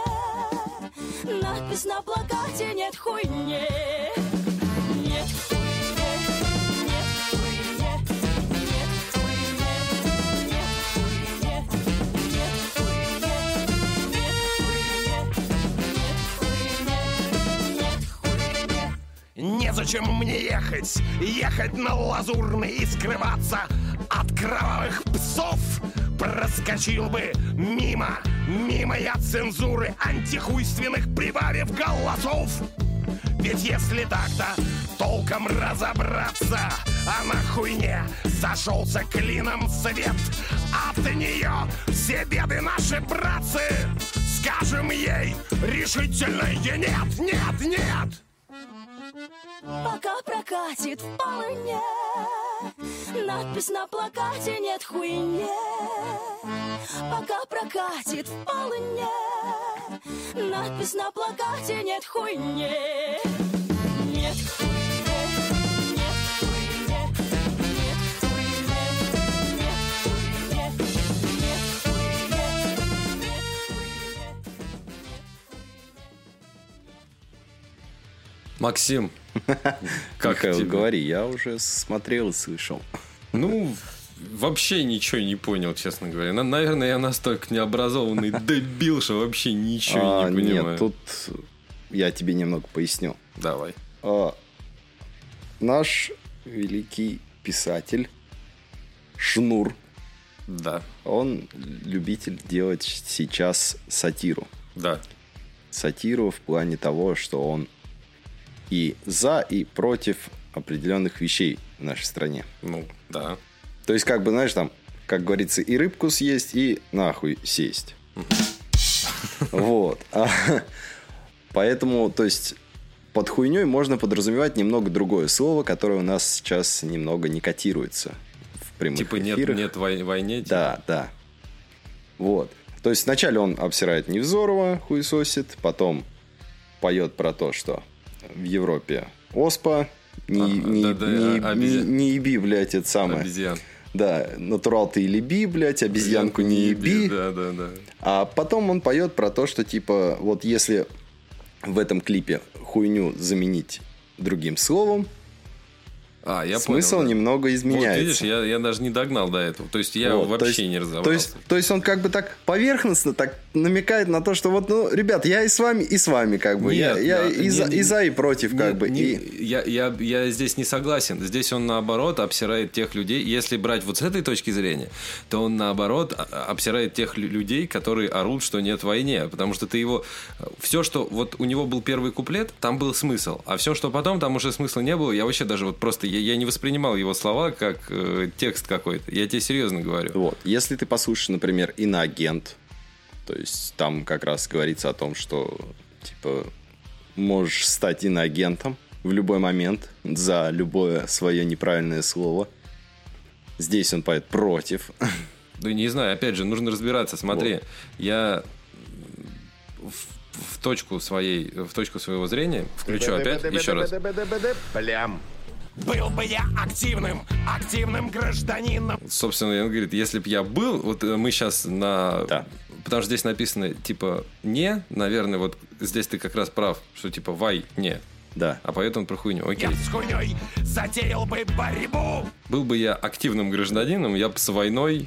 надпись на плакате «Нет хуйне». Нет хуйне, незачем мне ехать, ехать на Лазурный и скрываться от кровавых псов. Проскочил бы мимо, мимо я цензуры антихуйственных, прибавив голосов. Ведь если так-то толком разобраться, а на хуйне сошелся клином свет, от нее все беды наши, братцы. Скажем ей решительное нет, нет, нет. Пока прокатит в полыне надпись на плакате «Нет хуйне». Пока прокатит в полыне надпись на плакате «Нет хуйне». Нет хуйне, нет хуйне, нет хуйне, нет хуйне, нет хуйне, нет хуйне. Максим, как Михаил, тебе? говори, я уже смотрел и слышал. Ну, вообще ничего не понял, честно говоря. На- Наверное, я настолько необразованный дебил, что вообще ничего А, не понимаю. Нет, тут я тебе немного поясню. Давай. А, наш великий писатель Шнур, Да, он любитель делать сейчас сатиру. да. Сатиру в плане того, что он и за, и против определенных вещей в нашей стране. Ну, да. То есть, как бы, знаешь, там, как говорится, и рыбку съесть, и нахуй сесть. Вот. А, Поэтому, то есть, под хуйней можно подразумевать немного другое слово, которое у нас сейчас немного не котируется в прямых Типа нет, эфирах. нет вой- войне. типа. Да, да. Вот. То есть, вначале он обсирает Невзорова, хуесосит, потом поет про то, что в Европе оспа, не, Ага, не, да-да, не, а- не, обезьян. не еби, блядь, это самое. Обезьян. Да, натурал ты и леби, блядь, обезьянку не еби. Да, да, да. А потом он поет про то, что типа, вот если в этом клипе хуйню заменить другим словом, А, я смысл понял, да. немного Вот изменяется. видишь, я, я даже не догнал до этого. То есть я Вот, вообще то есть- не разобрался. То есть, то есть он как бы так поверхностно так намекает на то, что вот, ну, ребят, я и с вами, и с вами, как бы. я Нет, я да, и, не- за, не- и за, и против, как Не- бы. не- И... я, я, я здесь не согласен. Здесь он, наоборот, обсирает тех людей. Если брать вот с этой точки зрения, то он, наоборот, а- обсирает тех лю- людей, которые орут, что нет войне. Потому что ты его... Все, что... Вот у него был первый куплет, там был смысл. А все, что потом, там уже смысла не было. Я вообще даже вот просто... Я, я не воспринимал его слова как э, текст какой-то. Я тебе серьезно говорю. Вот. Если ты послушаешь, например, «Иноагент», то есть там как раз говорится о том, что типа можешь стать иноагентом в любой момент за любое свое неправильное слово. Здесь он поет против. Да не знаю, опять же, нужно разбираться. Смотри, я в, в точку своей, в точку своего зрения включу опять еще раз. Плям. Был бы я активным, активным гражданином. Собственно, он говорит, если бы я был, вот э, мы сейчас на... Да. Потому что здесь написано, типа, не, наверное, вот здесь ты как раз прав, что типа вай, не. Да. А поет он про хуйню. Окей. Я с хуйней затеял бы борьбу. Был бы я активным гражданином, я бы с войной...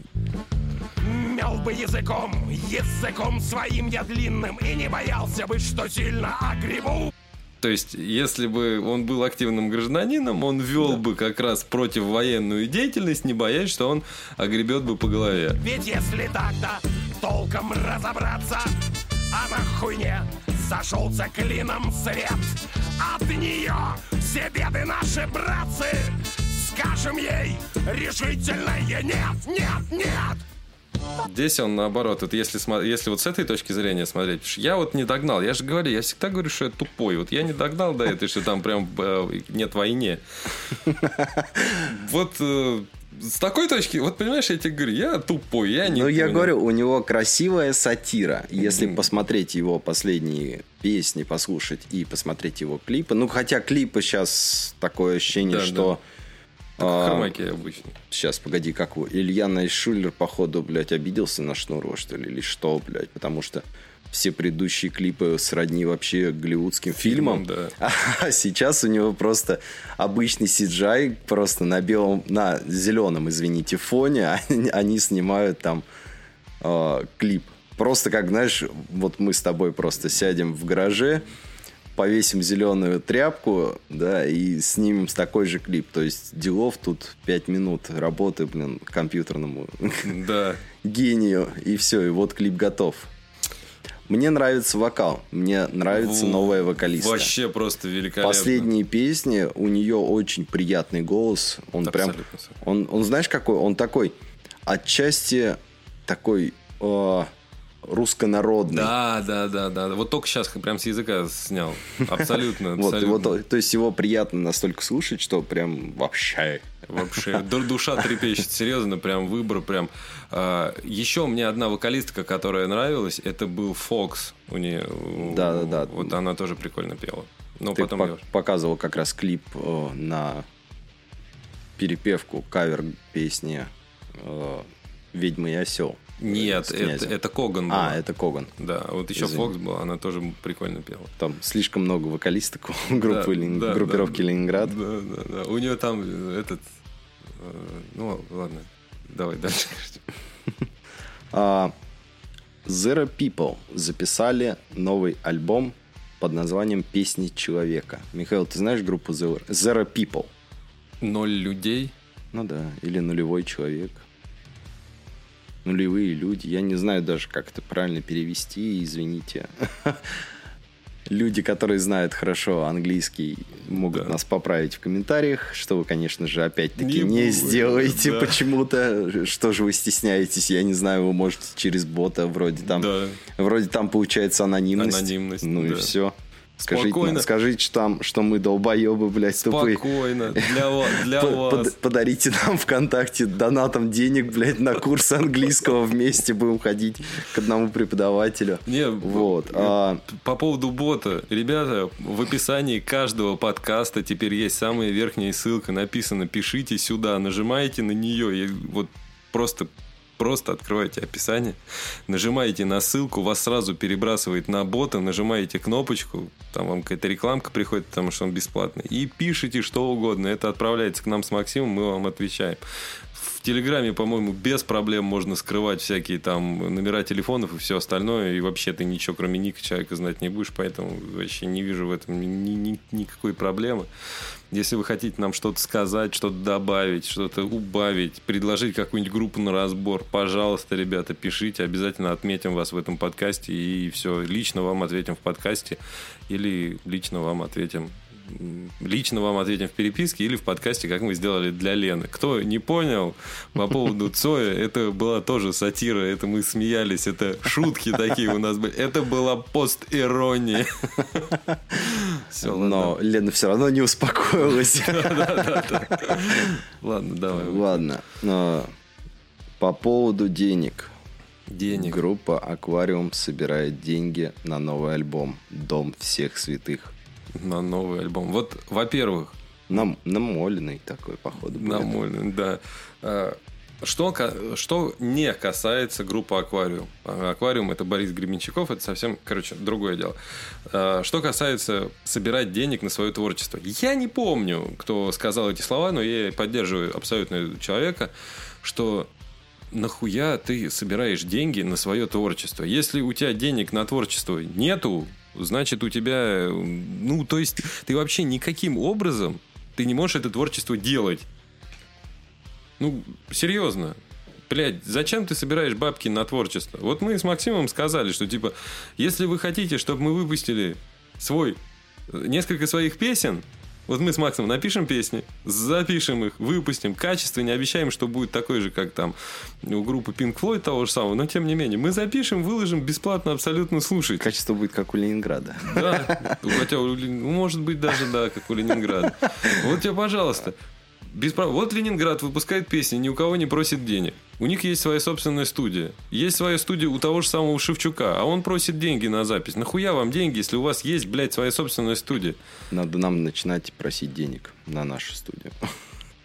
Мел бы языком, языком своим я длинным, и не боялся бы, что сильно огребу. То есть, если бы он был активным гражданином, он вел бы как раз противовоенную деятельность, не боясь, что он огребет бы по голове. Ведь если так-то толком разобраться, а на хуйне сошелся клином свет, от нее все беды наши, братцы. Скажем ей решительное нет, нет, нет. Здесь он наоборот, вот если, смо- если вот с этой точки зрения смотреть, потому что я вот не догнал, я же говорю, я всегда говорю, что я тупой, вот я не догнал до этой, что там прям э, нет войны. Вот э, с такой точки, вот понимаешь, я тебе говорю, я тупой, я не Ну, я понял. говорю, у него красивая сатира. Если посмотреть его последние песни, послушать и посмотреть его клипы. Ну, хотя клипы сейчас такое ощущение, Да, что... Только а, хромаки обычно. Сейчас, погоди, как его? Илья Найшулер, походу, блядь, обиделся на Шнурова, что ли? Или что, блядь? Потому что все предыдущие клипы сродни вообще голливудским фильмам. да. А сейчас у него просто обычный си джи ай, просто на белом, на зеленом, извините, фоне. Они, они снимают там э, клип. Просто как, знаешь, вот мы с тобой просто сядем в гараже, повесим зеленую тряпку, да, и снимем с такой же клип. То есть делов тут пять минут работы, блин, компьютерному Да. гению, и все, и вот клип готов. Мне нравится вокал, мне нравится Во- новая вокалистка. Вообще просто великолепно. Последние песни, у нее очень приятный голос. Он прям, Абсолютно. он, он знаешь какой? Он такой, отчасти такой э, руссконародный. Да, да, да, да. Вот только сейчас прям с языка снял. Абсолютно, Вот, абсолютно. вот, то есть его приятно настолько слушать, что прям вообще. Вообще, ду- душа трепещет, серьезно, прям выбор, прям. А, еще мне одна вокалистка, которая нравилась, это был Фокс. У нее, Да, да, да. Вот она тоже прикольно пела. Но Ты потом по- я- показывал как раз клип э, на перепевку, кавер песни э, «Ведьма и осел». Нет, с это, Князем. это Коган был. А, это Коган. Да, вот еще Извини. Фокс был, она тоже прикольно пела. Там слишком много вокалисток у группы Да, Лен- да, группировки да. Ленинград. Да, да, да. У нее там этот... э, Ну, ладно. Давай дальше. А, Zero People записали новый альбом под названием «Песни человека». Михаил, ты знаешь группу Zero, Zero People? Ноль людей. Ну да, или «Нулевой человек». Нулевые люди. Я не знаю даже, как это правильно перевести, извините. Люди, которые знают хорошо английский, могут Да. нас поправить в комментариях, что вы, конечно же, опять-таки Не не, буду, сделаете да. почему-то. Что же вы стесняетесь? Я не знаю, вы можете через бота, вроде там, Да. вроде там получается анонимность. Анонимность, Ну и да. все. Скажите, Спокойно. нам- скажите, что, там, что мы долбоебы, блядь, тупые. Спокойно. Для, ва- для Под- вас. под- Подарите нам ВКонтакте донатом денег, блядь, на курс английского. Вместе будем ходить к одному преподавателю. Не, Вот. э, а, По поводу бота. Ребята, в описании каждого подкаста теперь есть самая верхняя ссылка. Написано «Пишите сюда». Нажимаете на нее и вот просто... Просто открываете описание, нажимаете на ссылку, вас сразу перебрасывает на бота, нажимаете кнопочку, там вам какая-то рекламка приходит, потому что он бесплатный, и пишите что угодно. Это отправляется к нам с Максимом, мы вам отвечаем. В Телеграме, по-моему, без проблем можно скрывать всякие там номера телефонов и все остальное, и вообще ты ничего, кроме ника человека, знать не будешь, поэтому вообще не вижу в этом ни- ни- никакой проблемы. Если вы хотите нам что-то сказать, что-то добавить, что-то убавить, предложить какую-нибудь группу на разбор, пожалуйста, ребята, пишите, обязательно отметим вас в этом подкасте, и все, лично вам ответим в подкасте, или лично вам ответим лично вам ответим в переписке или в подкасте, как мы сделали для Лены. Кто не понял по поводу Цоя, это была тоже сатира, это мы смеялись, это шутки такие у нас были. Это была пост-ирония. Все, но Лена все равно не успокоилась. ладно, давай. Ладно. а, По поводу денег. Денег. Группа «Аквариум» собирает деньги на новый альбом «Дом всех святых». На новый альбом. Вот, во-первых, Нам, намоленный такой, походу. будет. намоленный, да. А, Что, ка- что не касается группы «Аквариум». А, «Аквариум» — это Борис Гребенщиков, это совсем, короче, другое дело. А, Что касается собирать денег на свое творчество. Я не помню, кто сказал эти слова, но я поддерживаю абсолютно человека, что нахуя ты собираешь деньги на свое творчество? Если у тебя денег на творчество нету, значит, у тебя... Ну, то есть, ты вообще никаким образом ты не можешь это творчество делать. Ну, серьезно. Блядь, зачем ты собираешь бабки на творчество? Вот мы с Максимом сказали, что, типа, если вы хотите, чтобы мы выпустили свой... Несколько своих песен, вот мы с Максом напишем песни, запишем их, выпустим качественно, не обещаем, что будет такой же, как там у группы Pink Floyd того же самого, но тем не менее, мы запишем, выложим бесплатно абсолютно, слушайте. Качество будет как у Ленинграда. Да, хотя, у Лен- может быть, даже, да, как у Ленинграда. Вот тебе, пожалуйста. Без прав... Вот Ленинград выпускает песни, ни у кого не просит денег. У них есть своя собственная студия. Есть своя студия у того же самого Шевчука, а он просит деньги на запись. Нахуя вам деньги, если у вас есть, блядь, своя собственная студия? Надо нам начинать просить денег на нашу студию.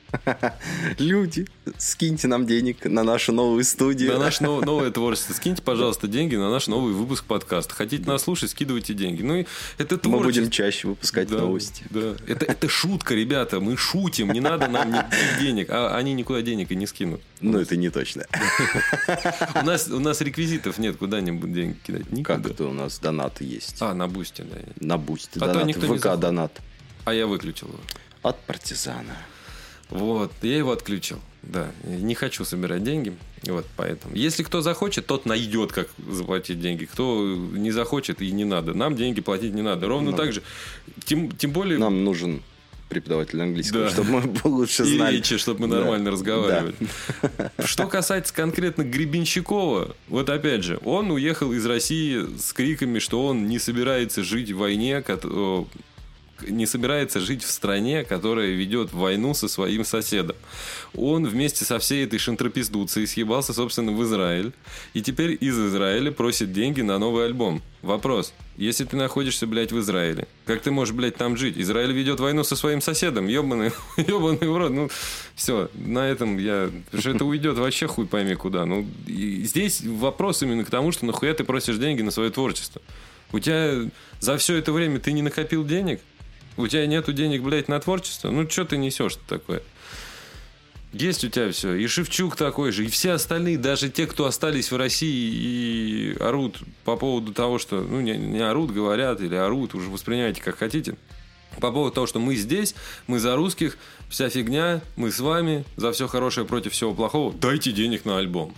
Люди, скиньте нам денег на нашу новую студию. На наше нов- новое творчество. Скиньте, пожалуйста, деньги на наш новый выпуск подкаста. Хотите нас слушать, скидывайте деньги. Ну, и это творчество. Мы будем чаще выпускать Да, новости. Да. Это, это шутка, ребята. Мы шутим. Не надо нам никаких денег. А они никуда денег и не скинут. Ну, это не точно. У нас, у нас реквизитов нет, куда-нибудь деньги кидать. Никуда. Как это у нас донаты есть? А, на Бусти, да. На Бусти А то донат, никто не ВК заходит. донат. А я выключил его. От партизана. Вот, я его отключил. Да, не хочу собирать деньги. Вот, поэтому. Если кто захочет, тот найдет, как заплатить деньги. Кто не захочет, и не надо. Нам деньги платить не надо. Ровно Нам. так же. Тем, тем более... Нам нужен преподаватель английского, Да. чтобы мы лучше и знали. речи, чтобы мы Да. нормально разговаривали. Да. Что касается конкретно Гребенщикова, вот опять же, он уехал из России с криками, что он не собирается жить в войне, кото- не собирается жить в стране, которая ведет войну со своим соседом. Он вместе со всей этой шантропиздуцией съебался, собственно, в Израиль. И теперь из Израиля просит деньги на новый альбом. Вопрос. Если ты находишься, блядь, в Израиле, как ты можешь, блядь, там жить? Израиль ведет войну со своим соседом. Ебаный, ебаный в рот. Ну, все, на этом я... Потому что это уйдет вообще хуй пойми куда. Ну, и здесь вопрос именно к тому, что нахуя ты просишь деньги на свое творчество. У тебя за все это время ты не накопил денег? У тебя нету денег, блядь, на творчество? Ну, что ты несешь-то такое? Есть у тебя все. И Шевчук такой же. И все остальные, даже те, кто остались в России и орут по поводу того, что... Ну, не, не орут, говорят, или орут, уже воспринимайте как хотите. По поводу того, что мы здесь, мы за русских, вся фигня, мы с вами, за все хорошее против всего плохого. Дайте денег на альбом.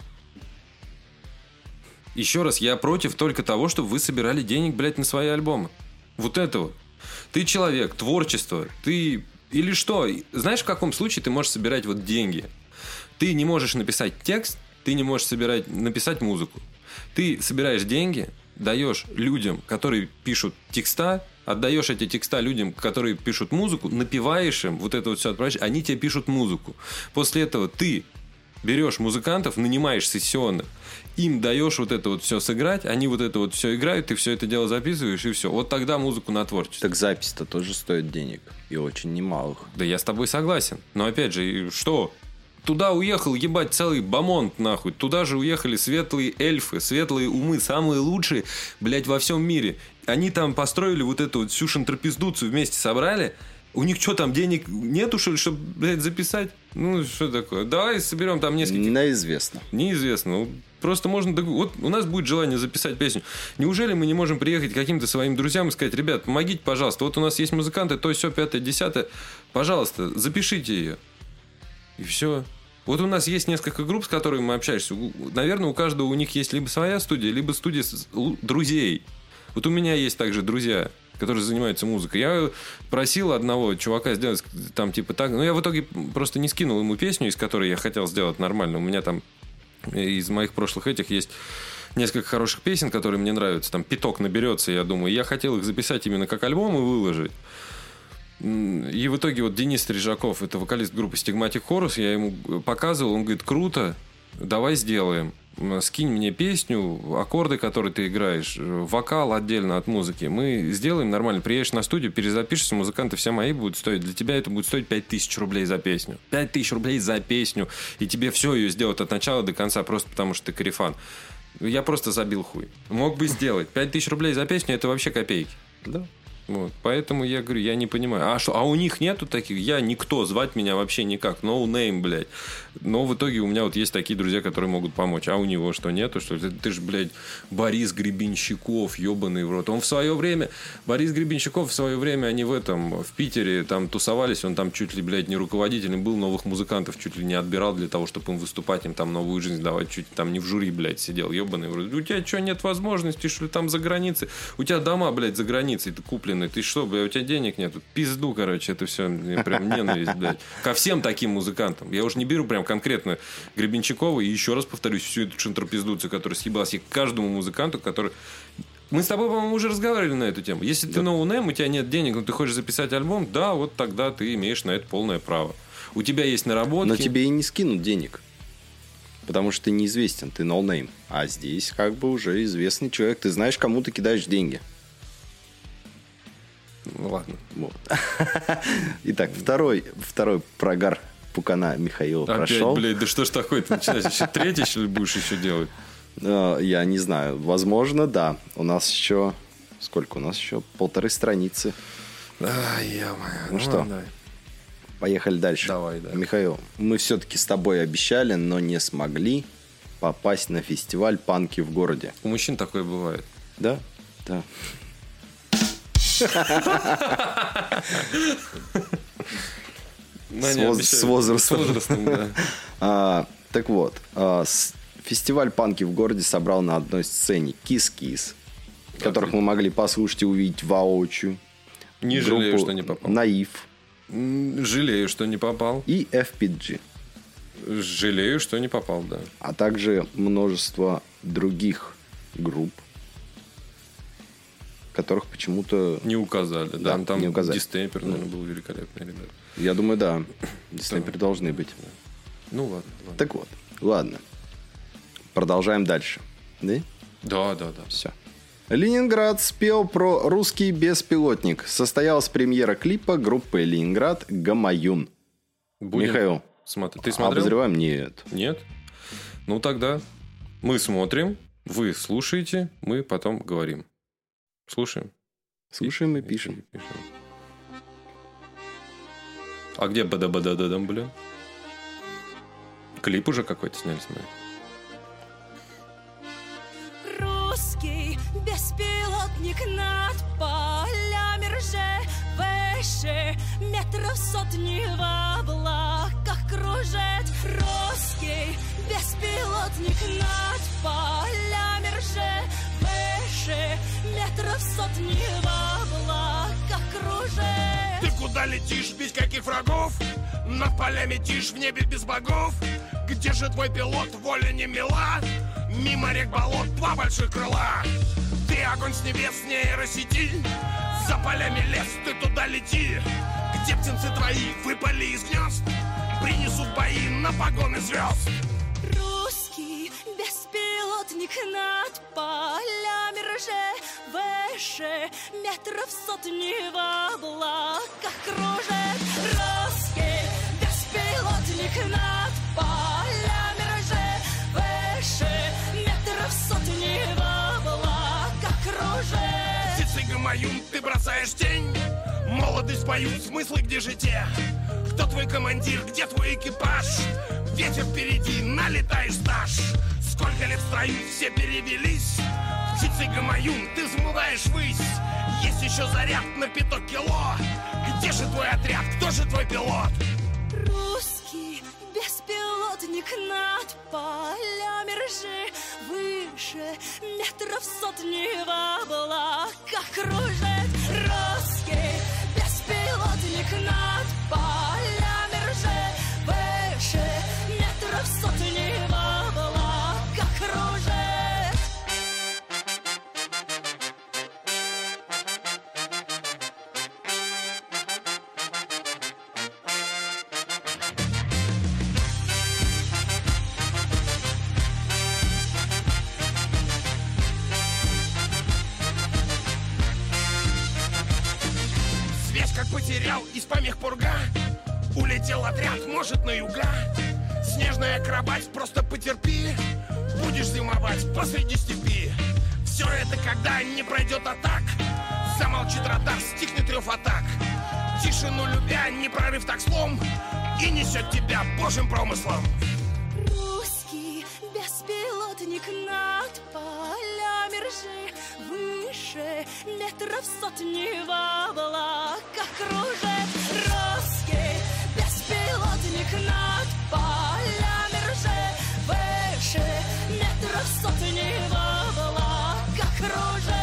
Еще раз, я против только того, чтобы вы собирали денег, блядь, на свои альбомы. Вот этого. Ты человек, творчество, ты... Или что? Знаешь, в каком случае ты можешь собирать вот деньги? Ты не можешь написать текст, ты не можешь собирать, написать музыку. Ты собираешь деньги, даешь людям, которые пишут текста, отдаешь эти текста людям, которые пишут музыку, напеваешь им, вот это вот все отправляешь, они тебе пишут музыку. После этого ты берешь музыкантов, нанимаешь сессионных, им даешь вот это вот все сыграть, они вот это вот все играют, ты все это дело записываешь, и все. Вот тогда музыку на творчество. Так запись-то тоже стоит денег. И очень немалых. Да я с тобой согласен. Но опять же, и что? Туда уехал, ебать, целый бомонд, нахуй. Туда же уехали светлые эльфы, светлые умы, самые лучшие, блядь, во всем мире. Они там построили вот эту вот всю шантропиздуцию, вместе собрали. У них что, там денег нету, что ли, чтобы, блядь, записать? Ну, что такое? Давай соберем там несколько... Неизвестно. Неизвестно. Ну, просто можно... Вот у нас будет желание записать песню. Неужели мы не можем приехать к каким-то своим друзьям и сказать: ребят, помогите, пожалуйста. Вот у нас есть музыканты, то, сё, пятое, десятое. Пожалуйста, запишите ее. И все. Вот у нас есть несколько групп, с которыми мы общаемся. Наверное, у каждого у них есть либо своя студия, либо студия друзей. Вот у меня есть также друзья, которые занимаются музыкой. Я просил одного чувака сделать там типа так. Но я в итоге просто не скинул ему песню, из которой я хотел сделать нормально. У меня там из моих прошлых этих есть несколько хороших песен, которые мне нравятся. Там пяток наберется, я думаю. Я хотел их записать именно как альбом и выложить. И в итоге вот Денис Стрижаков, это вокалист группы Stigmatic Horus, я ему показывал, он говорит: круто, давай сделаем. Скинь мне песню, аккорды, которые ты играешь, вокал отдельно от музыки. Мы сделаем нормально. Приедешь на студию, перезапишешься, музыканты все мои будут стоить. Для тебя это будет стоить пять тысяч рублей за песню. пять тысяч рублей за песню. И тебе все ее сделать от начала до конца, просто потому что ты корефан. Я просто забил хуй. Мог бы сделать. пять тысяч рублей за песню — это вообще копейки. Да. Вот. Поэтому я говорю, я не понимаю. А что? А у них нету таких? Я никто, звать меня вообще никак. No name, блядь. Но в итоге у меня вот есть такие друзья, которые могут помочь. А у него что, нету? Что ты, ты же, блядь, Борис Гребенщиков, ебаный в рот. Он в свое время... Борис Гребенщиков в свое время, они в этом, в Питере там тусовались. Он там чуть ли, блядь, не руководителем был, новых музыкантов чуть ли не отбирал для того, чтобы им выступать, им там новую жизнь давать. Чуть там не в жюри, блядь, сидел, ебаный в рот. У тебя что, нет возможности, что ли, там за границей? У тебя дома, блядь, за границей, ты купленный. Ты что, блядь, у тебя денег нет? Пизду, короче, это все. Прям ненависть, блядь. Ко всем таким музыкантам. Я уже не беру прям конкретно Гребенщикова. И еще раз повторюсь, всю эту шантропиздуцию, которая съебалась, и к каждому музыканту, который... Мы с тобой, по-моему, уже разговаривали на эту тему. Если ты ноунейм, у тебя нет денег, но ты хочешь записать альбом, да, вот тогда ты имеешь на это полное право. У тебя есть наработки. Но тебе и не скинут денег. Потому что ты неизвестен, ты ноунейм. А здесь как бы уже известный человек. Ты знаешь, кому ты кидаешь деньги. Ну ладно. Вот. Итак, второй, второй прогар пукана Михаила Опять, прошел. блядь, да что ж такое? Ты начинаешь еще третий, что ли, будешь еще делать? Э, Я не знаю. Возможно, да. У нас еще... Сколько у нас еще? Полторы страницы. Ай, я-моё. Ну что? ладно, давай. Поехали дальше. Давай, да. Михаил, мы все-таки с тобой обещали, но не смогли попасть на фестиваль «Панки в городе». У мужчин такое бывает. Да? Да. Ну, С они воз- обещают. с возрастом. С возрастом, да. А, так вот, а, с- фестиваль «Панки в городе» собрал на одной сцене Кис-Кис, которых мы могли послушать и увидеть воочию. Не Группу жалею, что не попал. Наив М, Жалею, что не попал. и эф пи джи, Жалею, что не попал, да. а также множество других групп, которых почему-то... Не указали. Да, Там, там не указали. Дистемпер, наверное, был великолепный, ребят. Я думаю, да, диснейперы должны быть. Ну ладно, ладно. Так вот, ладно. Продолжаем дальше. Да? Да, да, да. Все. Ленинград спел про русский беспилотник. Состоялась премьера клипа группы Ленинград «Гамаюн». Будем Михаил, смотри. Ты смотрел? обозреваем? Нет. Нет? Ну тогда мы смотрим, вы слушаете, мы потом говорим. Слушаем? Слушаем и пишем. Пишем. А где бада-бада-дадам, бля? Клип уже какой-то сняли, смотри. Русский беспилотник над полями рже, выше метров сотни в облаках кружит. Русский беспилотник над полями рже, выше метров сотни в облаках кружит. Ты куда летишь без каких врагов? Над полями тишь в небе без богов. Где же твой пилот, воля не мила? Мимо рек болот два больших крыла. Ты огонь с небес, нейросети. За полями лес, ты туда лети. Где птенцы твои выпали из гнезд? Принесут бои на погоны звезд. Русский беспилотник над полями рже, выше метров сотни в облаках кружит. Русский беспилотник над полями рже, выше метров сотни в облаках кружит. Птицы гамаюн, ты бросаешь тень. Молодость поют, смыслы где же те? Кто твой командир, где твой экипаж? Ветер впереди, налетаешь стаж. Сколько лет в строю, все перевелись. Птицы гамаюн, ты взмываешь ввысь. Есть еще заряд на пяток кило. Где же твой отряд, кто же твой пилот? Русский беспилотник над полями ржи, выше метров сотни в облаках кружит. Русский беспилотник над полями ржи, выше метров сотни в облаках кружит. Связь как потерял, из помех пурга. Улетел отряд, может, на юга. Снежная акробать, просто потерпи. Будешь зимовать посреди степи. Все это когда не пройдет атак. Замолчит радар, стихнет рев атак. Тишину любя, не прорыв так слом. И несет тебя божьим промыслом. Русский беспилотник над полями ржи, выше метров сотни в облаках кружит. Русский беспилотник над полями ржи, выше метров сотни в облаках кружит.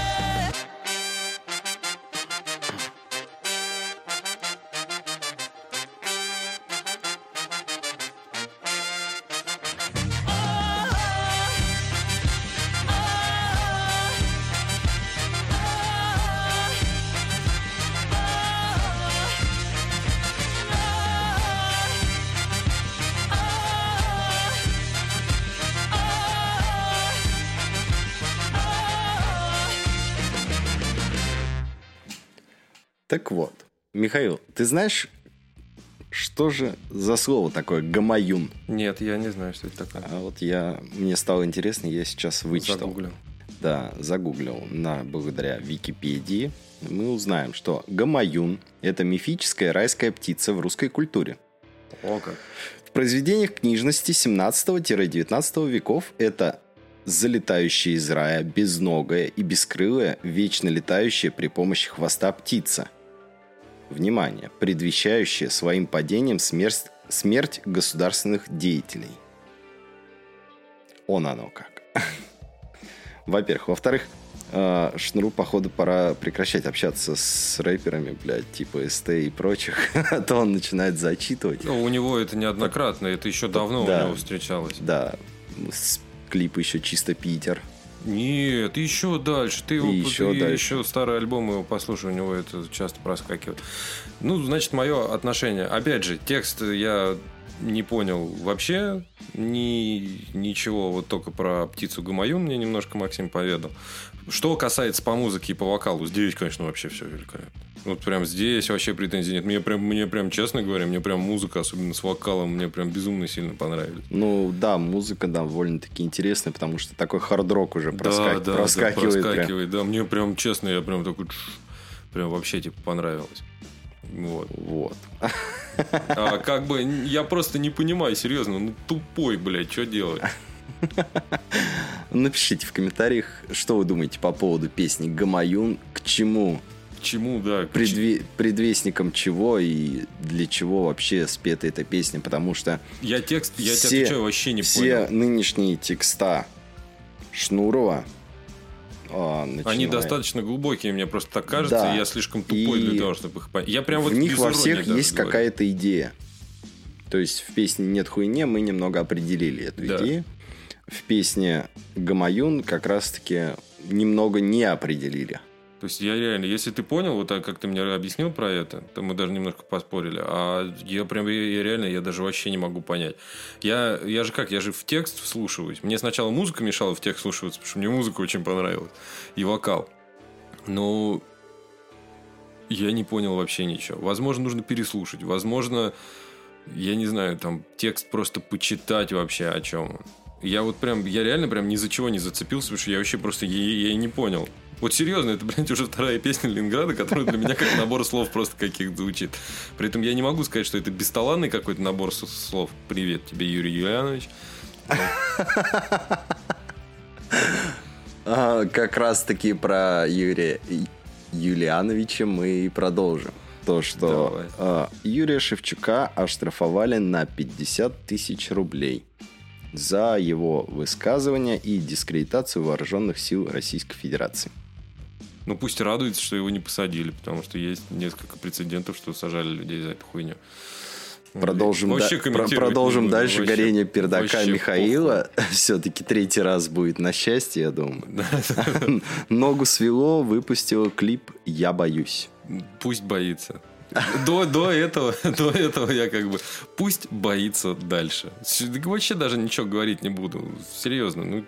Так вот, Михаил, ты знаешь, что же за слово такое гамаюн? Нет, я не знаю, что это такое. А вот я, мне стало интересно, я сейчас вычитал. Загуглил. Да, загуглил на, благодаря Википедии. Мы узнаем, что гамаюн – это мифическая райская птица в русской культуре. О, как. В произведениях книжности семнадцатого-девятнадцатого веков это залетающая из рая, безногая и бескрылая, вечно летающая при помощи хвоста птица. Внимание! Предвещающая своим падением смерть, смерть государственных деятелей. Он оно как. Во-первых. Во-вторых, э, Шнуру, походу, пора прекращать общаться с рэперами, блядь, типа СТ и прочих, а то он начинает зачитывать. Ну, у него это неоднократно, это еще давно Да. у него встречалось. Да, с- клип еще чисто Питер. Нет, еще дальше. Ты, его, еще ты дальше. еще старый альбом его послушай, у него это часто проскакивает. Ну, значит, мое отношение. Опять же, текст я не понял вообще ни, ничего, вот только про птицу гамаюн мне немножко Максим поведал. Что касается по музыке и по вокалу, здесь, конечно, вообще все великолепно. Вот прям здесь вообще претензий нет. Мне прям, мне прям, честно говоря, мне прям музыка, особенно с вокалом, мне прям безумно сильно понравилась. Ну да, музыка довольно-таки интересная, потому что такой хард-рок уже проска- да, да, проскакивает. да, прям. проскакивает, да. Мне прям, честно, я прям такой... тш, прям вообще, типа, понравилось. Вот. Вот. А как бы я просто не понимаю, серьезно, ну тупой, блядь, что делать? Напишите в комментариях, что вы думаете по поводу песни «Гамаюн», к чему, К чему, да? к предве- предвестником чего и для чего вообще спета эта песня, потому что ч- Я текст, я все- тебе отвечаю, вообще не все понял. нынешние текста Шнурова а, Они начиная- достаточно глубокие, мне просто так кажется, Да. и я слишком тупой И для того, чтобы их понять. Я прям в вот них без во иронии всех даже есть говорю. какая-то идея. То есть в песне «Нет хуйне» мы немного определили эту Да. идею. В песне «Гамаюн» как раз-таки немного не определили. То есть я реально, если ты понял, вот так, как ты мне объяснил про это, то мы даже немножко поспорили. А я прям, я, я реально, я даже вообще не могу понять. Я, я же как, я же в текст вслушиваюсь. Мне сначала музыка мешала в текст вслушиваться, потому что мне музыка очень понравилась. И вокал. Но я не понял вообще ничего. Возможно, нужно переслушать. Возможно, я не знаю, там текст просто почитать вообще о чем он. Я вот прям, я реально прям ни за чего не зацепился, потому что я вообще просто, я, я не понял. Вот серьезно, это, блядь, уже вторая песня Ленинграда, которая для меня как набор слов просто каких-то звучит. При этом я не могу сказать, что это бесталанный какой-то набор с- слов. Привет тебе, Юрий Юлианович. А, как раз-таки про Юрия И- Юлиановича мы и продолжим. То, что Давай. а, Юрия Шевчука оштрафовали на пятьдесят тысяч рублей за его высказывание и дискредитацию вооруженных сил Российской Федерации. Ну, пусть радуется, что его не посадили, потому что есть несколько прецедентов, что сажали людей за эту хуйню. Продолжим, Вообще да- комментировать про- продолжим не буду, дальше вообще- горение пердака вообще Михаила. Все-таки третий раз будет на счастье, я думаю. Ногу свело, выпустила клип «Я боюсь». Пусть боится. До, до, этого, до этого я как бы... Пусть боится дальше. С- Вообще даже ничего говорить не буду. Серьезно. Ну,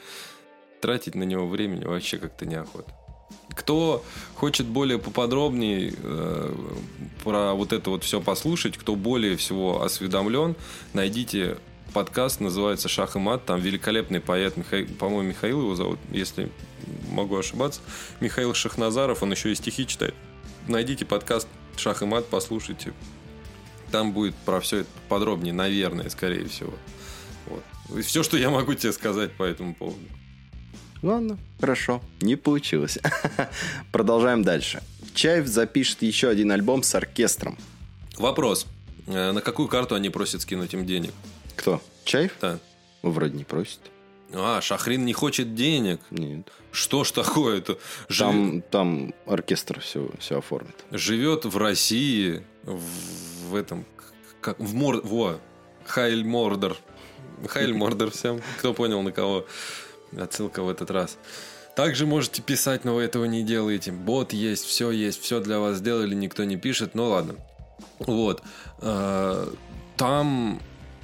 тратить на него времени вообще как-то неохота. Кто хочет более поподробнее э, про вот это вот все послушать, кто более всего осведомлен, найдите подкаст, называется «Шах и мат». Там великолепный поэт, Миха... по-моему, Михаил его зовут, если могу ошибаться. Михаил Шахназаров, он еще и стихи читает. Найдите подкаст «Шах и мат», послушайте. Там будет про все это подробнее, наверное, скорее всего. Вот. И все, что я могу тебе сказать по этому поводу. Ладно, хорошо, не получилось. Продолжаем дальше. Чаев запишет еще один альбом с оркестром. Вопрос. Э, На какую карту они просят скинуть им денег? Кто? Чаев? Да. Вроде не просит. А, Шахрин не хочет денег. Нет. Что ж такое-то? Жи- Там, там оркестр все, все оформит. Живет в России, в, в этом, как в Мор... Во, Хайль Мордор. Хайль Мордор всем. Кто понял, на кого отсылка в этот раз. Также можете писать, но вы этого не делаете. Бот есть, все есть, все для вас сделали, никто не пишет. Ну ладно. Вот. Э, Там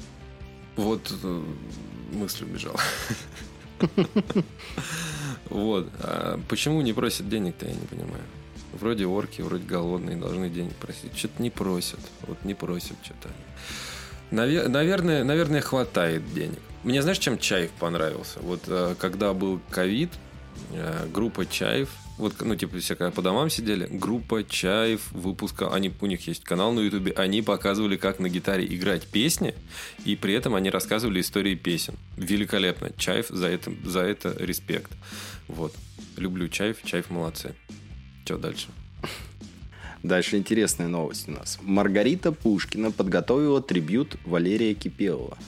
вот э, мысль убежала. Вот. А почему не просят денег-то, я не понимаю. Вроде орки, вроде голодные, должны денег просить. Что-то не просят. Вот не просят что-то они. Навер- наверное, наверное, хватает денег. Мне знаешь, чем Чайф понравился? Вот э, когда был ковид, э, группа Чайф, вот, ну, типа, все когда по домам сидели, группа Чайф выпуска, они, у них есть канал на Ютубе, они показывали, как на гитаре играть песни, и при этом они рассказывали истории песен. Великолепно. Чайф, за это, за это респект. Вот. Люблю Чайф, Чайф молодцы. Что дальше? Дальше интересная новость у нас. Маргарита Пушкина подготовила трибьют Валерия Кипелова.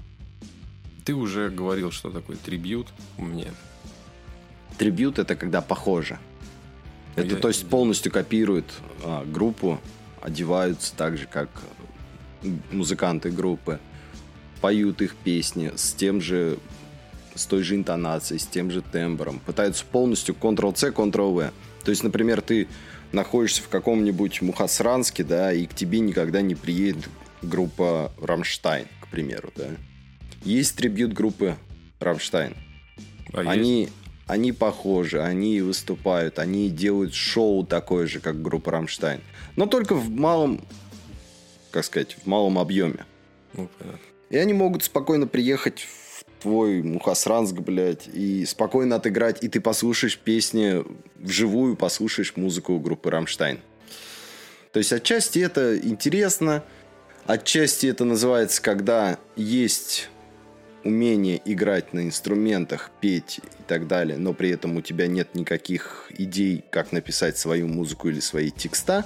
Ты уже говорил, что такое трибьют мне. Трибьют — это когда похоже. Это, Я... то есть, полностью копируют а, группу, одеваются так же, как музыканты группы, поют их песни с тем же, с той же интонацией, с тем же тембром, пытаются полностью контрол-C, контрол-V. То есть, например, ты находишься в каком-нибудь Мухосранске, да, и к тебе никогда не приедет группа «Рамштайн», к примеру, да. Есть трибьют группы «Рамштайн». А они, они похожи, они выступают, они делают шоу такое же, как группа «Рамштайн». Но только в малом, как сказать, в малом объеме. Ну, понятно. И они могут спокойно приехать в твой Мухосранск, блядь, и спокойно отыграть, и ты послушаешь песни вживую, послушаешь музыку группы «Рамштайн». То есть, отчасти это интересно, отчасти это называется, когда есть умение играть на инструментах, петь и так далее, но при этом у тебя нет никаких идей, как написать свою музыку или свои текста.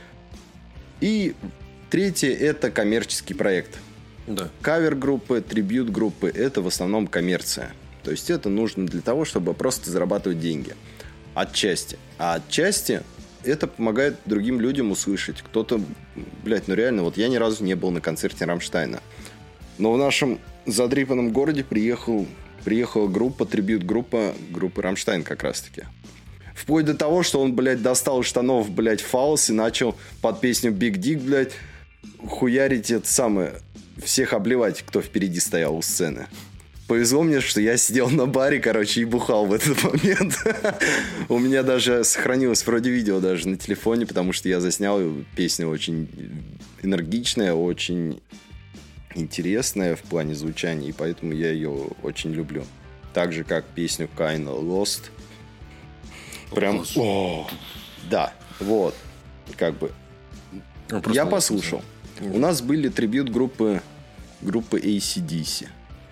И третье — это коммерческий проект. Да. Кавер-группы, трибьют-группы — это в основном коммерция. То есть это нужно для того, чтобы просто зарабатывать деньги. Отчасти. А отчасти это помогает другим людям услышать. Кто-то, блядь, ну реально, вот я ни разу не был на концерте Рамштайна. Но в нашем задрипанном городе приехал, приехала группа, трибьют-группа группы Рамштайн как раз-таки. Вплоть до того, что он, блядь, достал из штанов, блядь, фаус и начал под песню Big Dick, блядь, хуярить это самое, всех обливать, кто впереди стоял у сцены. Повезло мне, что я сидел на баре, короче, и бухал в этот момент. У меня даже сохранилось вроде видео даже на телефоне, потому что я заснял песню очень энергичная, очень интересная в плане звучания, и поэтому я ее очень люблю. Так же, как песню Kinda Lost. Прям... О, да, вот. Как бы... Ну, я послушал. У нас были трибьют группы группы эй си ди си.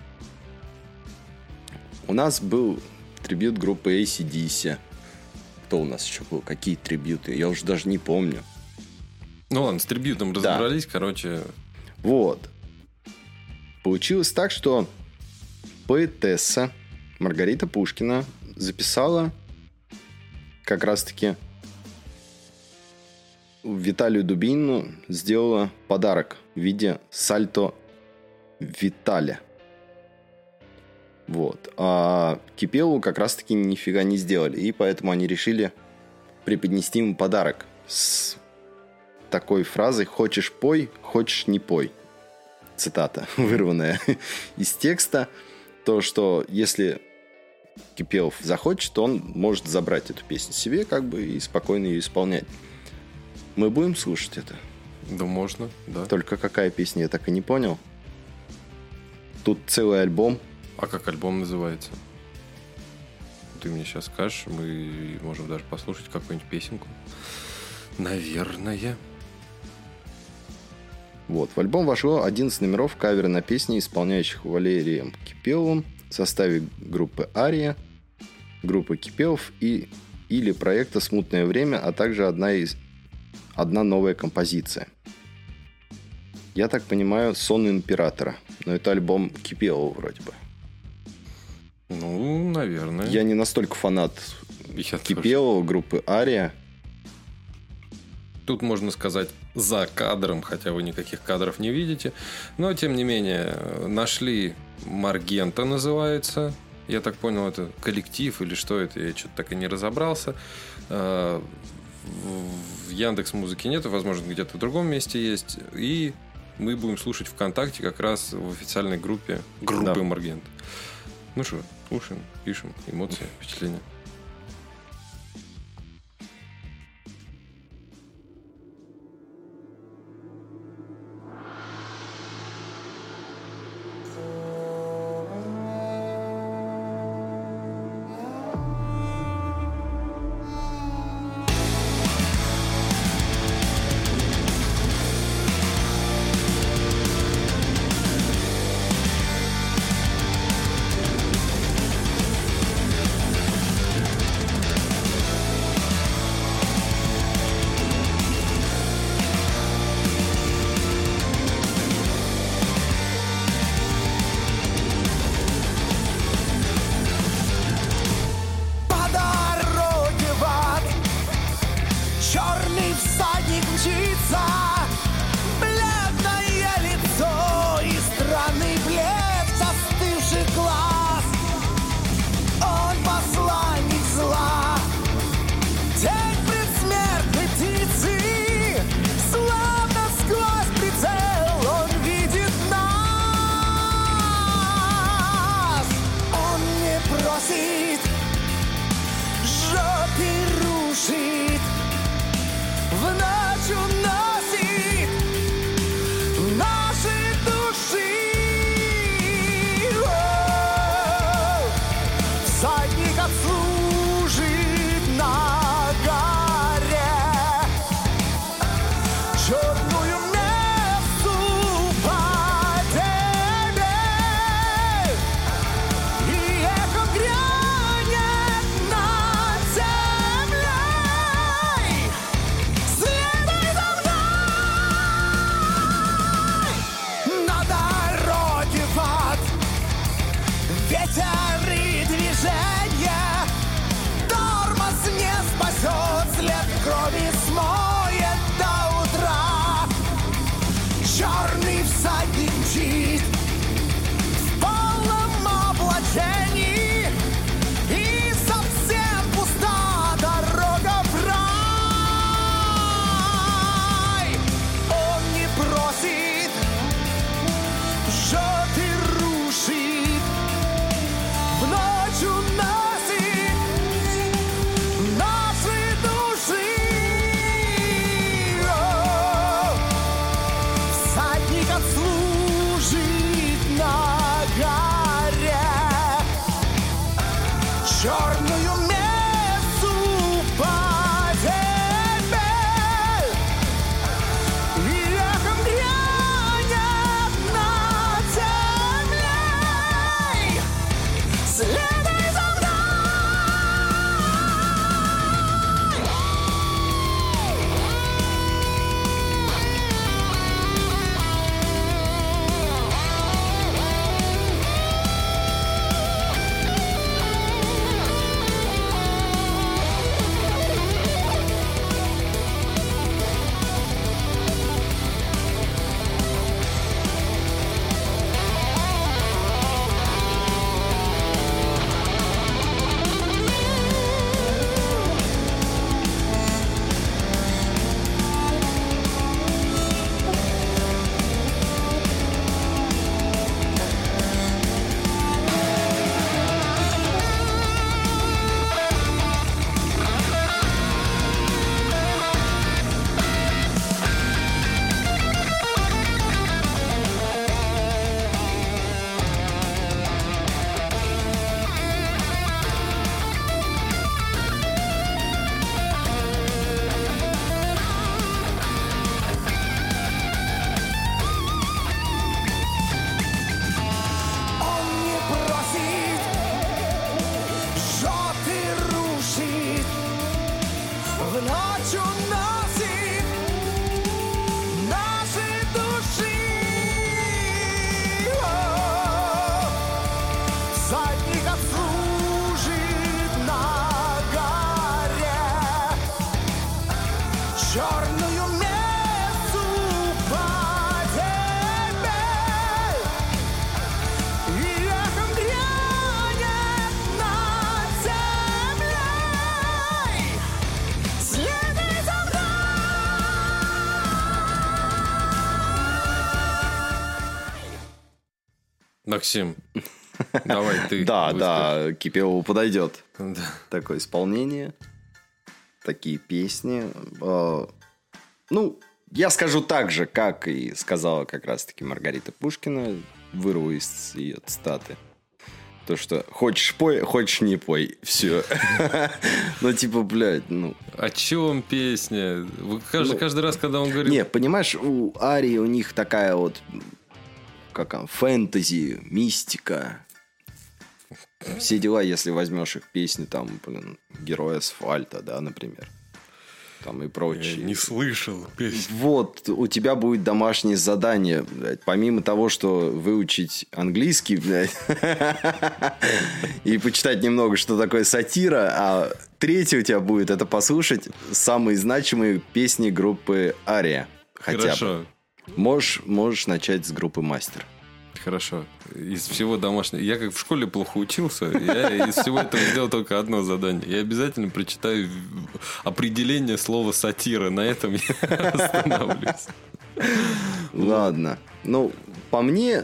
У нас был трибьют группы эй си ди си. Кто у нас еще был? Какие трибьюты? Я уже даже не помню. Ну ладно, с трибьютом Да. разобрались, короче. Вот. Получилось так, что поэтесса Маргарита Пушкина записала как раз-таки Виталию Дубинину, сделала подарок в виде сальто Виталя. Вот. А Кипелову как раз-таки нифига не сделали. И поэтому они решили преподнести ему подарок с такой фразой: «Хочешь — пой, хочешь — не пой». Цитата, вырванная из текста. То, что если Кипелов захочет, он может забрать эту песню себе, как бы, и спокойно ее исполнять. Мы будем слушать это? Да можно, да. Только какая песня, я так и не понял. Тут целый альбом. А как альбом называется? Ты мне сейчас скажешь, мы можем даже послушать какую-нибудь песенку. Наверное. Вот, в альбом вошло одиннадцать номеров кавера на песни, исполняющих Валерием Кипеловым в составе группы «Ария», группы Кипелов и или проекта «Смутное время», а также одна, из, одна новая композиция. Я так понимаю, «Сон императора». Но это альбом Кипелова вроде бы. Ну, наверное. Я не настолько фанат Я Кипелова, группы «Ария». Тут можно сказать за кадром, хотя вы никаких кадров не видите. Но, тем не менее, нашли Маргента, называется. Я так понял, это коллектив или что это, я что-то так и не разобрался. В Яндекс.Музыке нет, возможно, где-то в другом месте есть. И мы будем слушать ВКонтакте как раз в официальной группе группы Да. Маргент. Ну что, слушаем, пишем, эмоции, впечатления. Черный всадник мчится, бледное лицо и странный блеск застывших глаз. Он посланник зла, тень предсмертной птицы, словно сквозь прицел он видит нас. Он не просит, жжет и рушит, в ночь уносит наши души. О, всадник отслужит на горе черную мессу подебель, и эхо грянет над землей. Следуй за мной на дороге в ад, ветер и движение, тормоз не спасет, след крови смоет до утра. Черный всадник мчит в полном облачении, и совсем пуста дорога в рай. Он не просит, жжет и рушит, в ночь уносит наши души. О, всадник отслужит на горе черную мессу подебель, и эхом грянет над землей. Следуй за Он не просит, жжет и рушит, в ночь уносит наши души. О, всадник отслужит на горе черную мессу подебель, и эхом грянет над землей. Следуй за Максим, давай ты. Да, выскажи. да, Кипелову подойдет Да. такое исполнение, такие песни. Э, Ну, я скажу так же, как и сказала как раз-таки Маргарита Пушкина, вырву из ее цитаты. То, что хочешь пой, хочешь не пой. Все. Ну, типа, блядь, ну... О чем песня? Вы каждый, Ну, каждый раз, когда он говорит... Не, понимаешь, у Арии у них такая вот... Как он? Фэнтези, мистика. Все дела, если возьмешь их песни, там, блин, Герой асфальта, да, например. там и прочее. Я не слышал песню. Вот, у тебя будет домашнее задание, блядь. Помимо того, что выучить английский, блядь, и почитать немного, что такое сатира, а третье у тебя будет это послушать самые значимые песни группы Ария. Хотя Хорошо. бы. Можешь, можешь начать с группы Мастер. Хорошо. Из всего домашнего... Я как в школе плохо учился, я из всего этого сделал только одно задание. Я обязательно прочитаю определение слова сатира. На этом я остановлюсь. Ладно. Ну, по мне,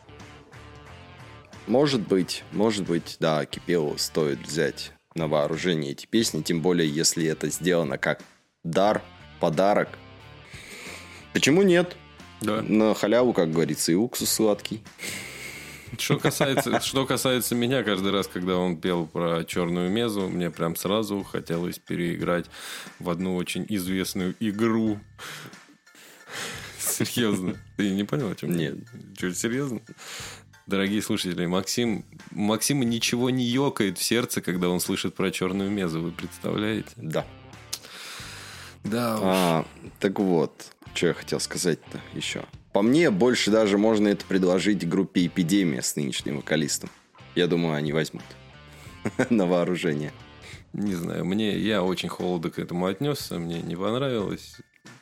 может быть, может быть, да, Кипелову стоит взять на вооружение эти песни, тем более, если это сделано как дар, подарок. Почему нет? Да. На халяву, как говорится, и уксус сладкий. Что касается, что касается меня, каждый раз, когда он пел про черную мезу, мне прям сразу хотелось переиграть в одну очень известную игру. Серьезно. Ты не понял, о чем? Нет. Что, серьезно? Дорогие слушатели, Максим, Максима ничего не ёкает в сердце, когда он слышит про черную мезу. Вы представляете? Да. Да уж. А, так вот, что я хотел сказать-то еще. По мне, больше даже можно это предложить группе «Эпидемия» с нынешним вокалистом. Я думаю, они возьмут на вооружение. Не знаю, мне я очень холодно к этому отнесся, мне не понравилось.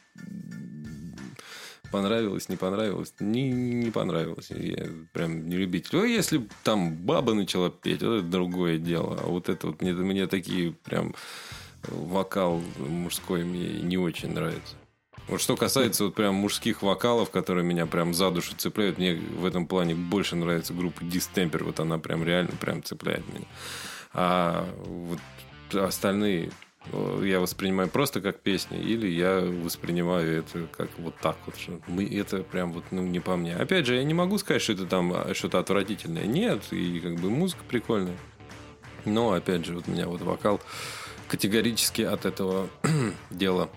Понравилось, не понравилось. Не, не понравилось. Я прям не любитель. Ну, если б там баба начала петь, вот это другое дело. А вот это вот мне, мне такие прям вокал мужской мне не очень нравится. Вот что касается вот прям мужских вокалов, которые меня прям за душу цепляют, мне в этом плане больше нравится группа Distemper. Вот она прям реально прям цепляет меня. А вот остальные я воспринимаю просто как песни, или я воспринимаю это как вот так вот. Что мы, это прям вот ну, не по мне. Опять же, я не могу сказать, что это там что-то отвратительное. Нет, и как бы музыка прикольная. Но, опять же, вот у меня вот вокал категорически от этого дела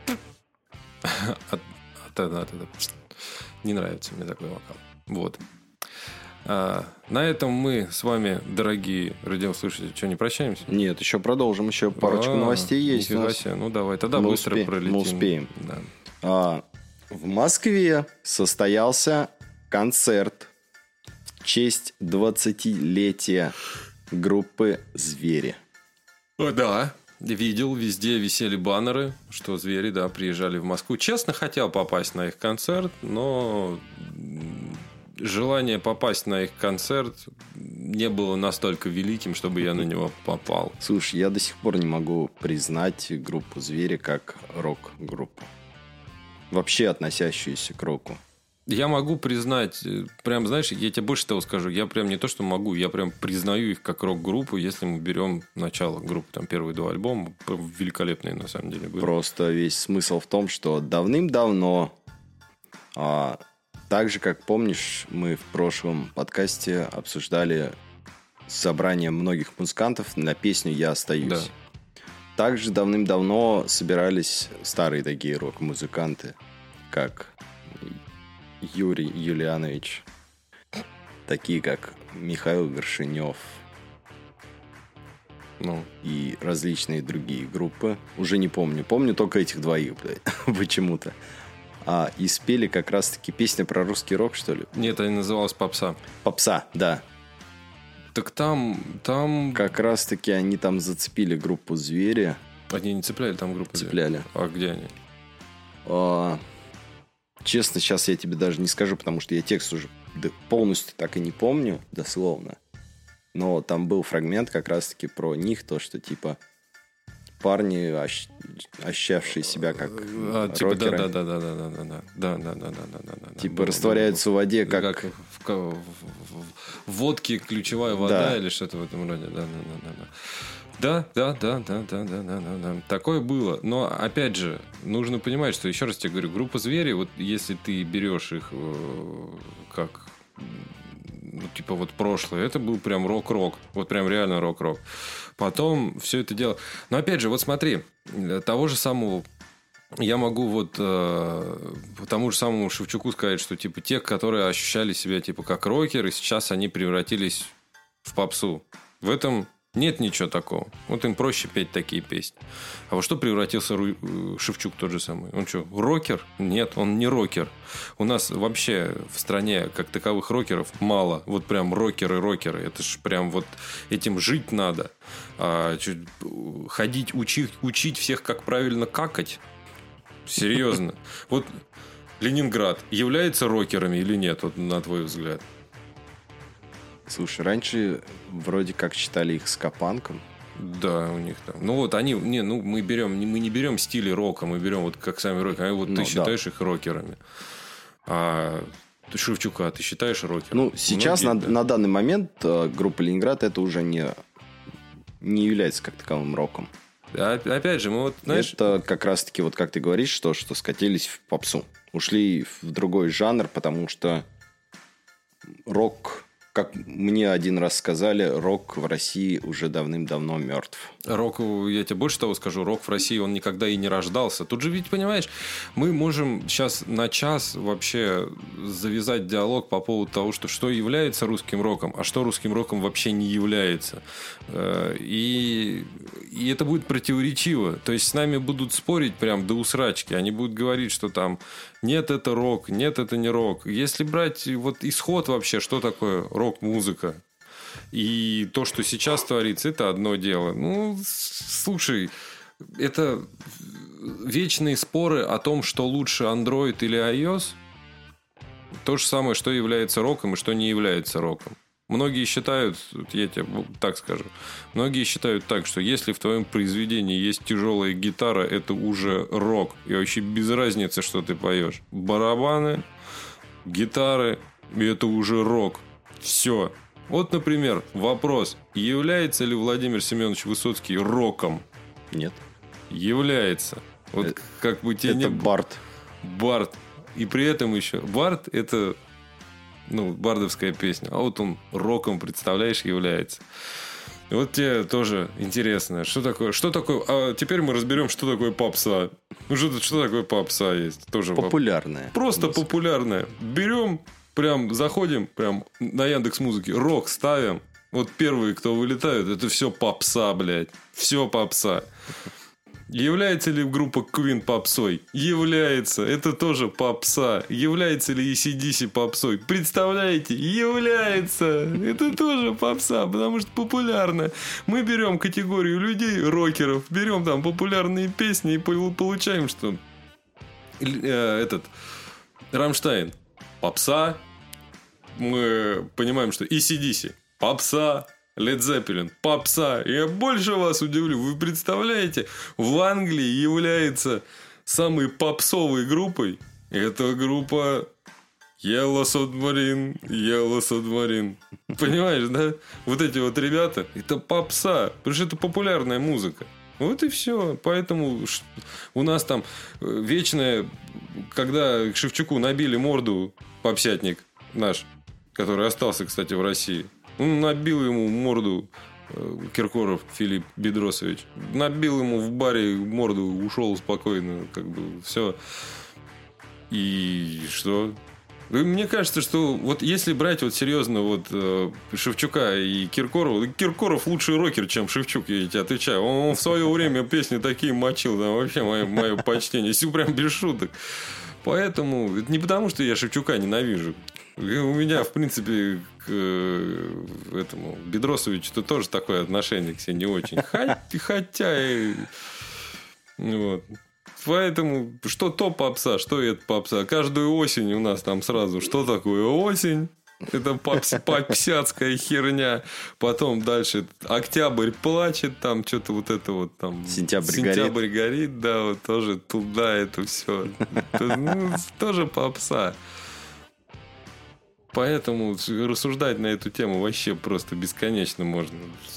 от, от, от, от, от, не нравится мне такой вокал. Вот. А, на этом мы с вами, дорогие радиослушатели, что, не прощаемся? Нет, еще продолжим. Еще парочку А, новостей есть. нифига у нас. себе. Ну, давай, тогда Мы быстро успеем, пролетим. мы успеем. Да. А, в Москве состоялся концерт в честь двадцатилетия группы «Звери». О, да, видел, везде висели баннеры, что «Звери», да, приезжали в Москву. Честно, хотел попасть на их концерт, но желание попасть на их концерт не было настолько великим, чтобы я на него попал. Слушай, я до сих пор не могу признать группу «Звери» как рок-группу. Вообще относящуюся к року. Я могу признать, прям, знаешь, я тебе больше того скажу, я прям не то, что могу, я прям признаю их как рок-группу, если мы берем начало группы, там первые два альбома, великолепные на самом деле были. Просто весь смысл в том, что давным-давно, а, так же, как помнишь, мы в прошлом подкасте обсуждали собрание многих музыкантов на песню «Я остаюсь». Да. Также давным-давно собирались старые такие рок-музыканты, как Юрий Юлианович, такие как Михаил Горшинев Ну, и различные другие группы. Уже не помню. Помню только этих двоих, блядь, почему-то. А, и спели как раз-таки песня про русский рок, что ли? нет, она называлась «Попса». Попса, да. Так там, там... Как раз-таки они там зацепили группу «Звери». Они не цепляли там группу? Цепляли. А где они? А, честно, сейчас я тебе даже не скажу, потому что я текст уже полностью так и не помню, дословно. Но там был фрагмент как раз-таки про них, то, что типа парни, ощ... ощущавшие себя как А, типа, да, рокеры, да, да, да, да, да, да, да, да, да, да, да, да, да. типа растворяются в воде, как... Как в, в, в, в водке ключевая вода, Да. или что-то в этом роде. Да, да, да, да. Да, да, да, да, да, да, да, да, да. Такое было. Но, опять же, нужно понимать, что, еще раз тебе говорю, группа «Звери», вот если ты берешь их э, как, ну, типа, вот прошлое, это был прям рок-рок. Вот прям реально рок-рок. Потом все это дело... Но, опять же, вот смотри, того же самого... Я могу вот э, тому же самому Шевчуку сказать, что, типа, те, которые ощущали себя, типа, как рокеры, сейчас они превратились в попсу. В этом... Нет ничего такого. Вот им проще петь такие песни. А во что превратился Ру... Шевчук тот же самый? Он что, рокер? Нет, он не рокер. У нас вообще в стране как таковых рокеров мало. Вот прям рокеры-рокеры. Это ж прям вот этим жить надо. А, ходить, учить, учить всех, как правильно какать. Серьезно. Вот Ленинград является рокерами или нет, вот, на твой взгляд? Слушай, раньше вроде как считали их скапанком. Да, у них там. Ну вот они, не, ну мы берем, мы не берем стили рока, мы берем вот как сами рокеры. А вот ну, ты считаешь да. их рокерами. А Шевчука ты считаешь рокером? Ну сейчас Многие, на, да. на данный момент группа Ленинград это уже не, не является как таковым роком. А, опять же, мы вот, знаешь... Это как раз-таки, вот как ты говоришь, что, что скатились в попсу. Ушли в другой жанр, потому что рок... Как мне один раз сказали, рок в России уже давным-давно мертв. Рок, я тебе больше того скажу, рок в России, он никогда и не рождался. Тут же ведь, понимаешь, мы можем сейчас на час вообще завязать диалог по поводу того, что, что является русским роком, а что русским роком вообще не является. И, и это будет противоречиво. То есть с нами будут спорить прям до усрачки. Они будут говорить, что там нет, это рок, нет, это не рок. Если брать вот исход вообще, что такое рок-музыка, и то, что сейчас творится, это одно дело. Ну, слушай, это вечные споры о том, что лучше Android или iOS. То же самое, что является роком и что не является роком. Многие считают, я тебе так скажу, многие считают так, что если в твоем произведении есть тяжелая гитара, это уже рок. И вообще без разницы, что ты поешь. Барабаны, гитары, и это уже рок. Все. Вот, например, вопрос. Является ли Владимир Семенович Высоцкий роком? Нет. Является. Вот это, как бы тебе это не... Бард. Бард. И при этом еще... Бард – это... Ну, бардовская песня. А вот он роком, представляешь, является. И вот тебе тоже интересно. Что такое? Что такое? А теперь мы разберем, что такое попса. Ну, что, что такое попса есть? Тоже популярная. Воп... Просто музыка. Популярная. Берем, прям заходим, прям на Яндекс.Музыке, рок ставим. Вот первые, кто вылетают, это все попса, блядь. Все попса. Является ли группа Queen попсой? Является. Это тоже попса. Является ли и си ди си попсой? Представляете? Является. Это тоже попса, потому что популярная. Мы берем категорию людей, рокеров, берем там популярные песни и получаем, что этот Рамштайн попса. Мы понимаем, что и си ди си попса. Led Zeppelin, попса. Я больше вас удивлю. Вы представляете, в Англии является самой попсовой группой. Это группа Yellow Submarine, Yellow Submarine. Понимаешь, да? Вот эти вот ребята, это попса. Потому что это популярная музыка. Вот и все. Поэтому у нас там вечная, когда Шевчуку набили морду попсятник наш, который остался, кстати, в России. Он набил ему морду Киркоров Филипп Бедросович. Набил ему в баре морду, ушел спокойно. Как бы все. И что? Мне кажется, что вот если брать вот серьезно вот Шевчука и Киркорова, Киркоров лучший рокер, чем Шевчук, я тебе отвечаю. Он в свое время песни такие мочил, там вообще мое, мое почтение. Если прям без шуток. Поэтому это не потому, что я Шевчука ненавижу. У меня, в принципе, к этому Бедросовичу тоже такое отношение к себе не очень. Хотя, хотя вот. Поэтому что то попса, что это попса. Каждую осень у нас там сразу что такое осень. Это попс, попсятская херня. Потом дальше октябрь плачет, там что-то вот это вот там. Сентябрь, Сентябрь горит. горит, да, вот тоже туда это все. Ну, тоже попса. Поэтому рассуждать на эту тему вообще просто бесконечно можно.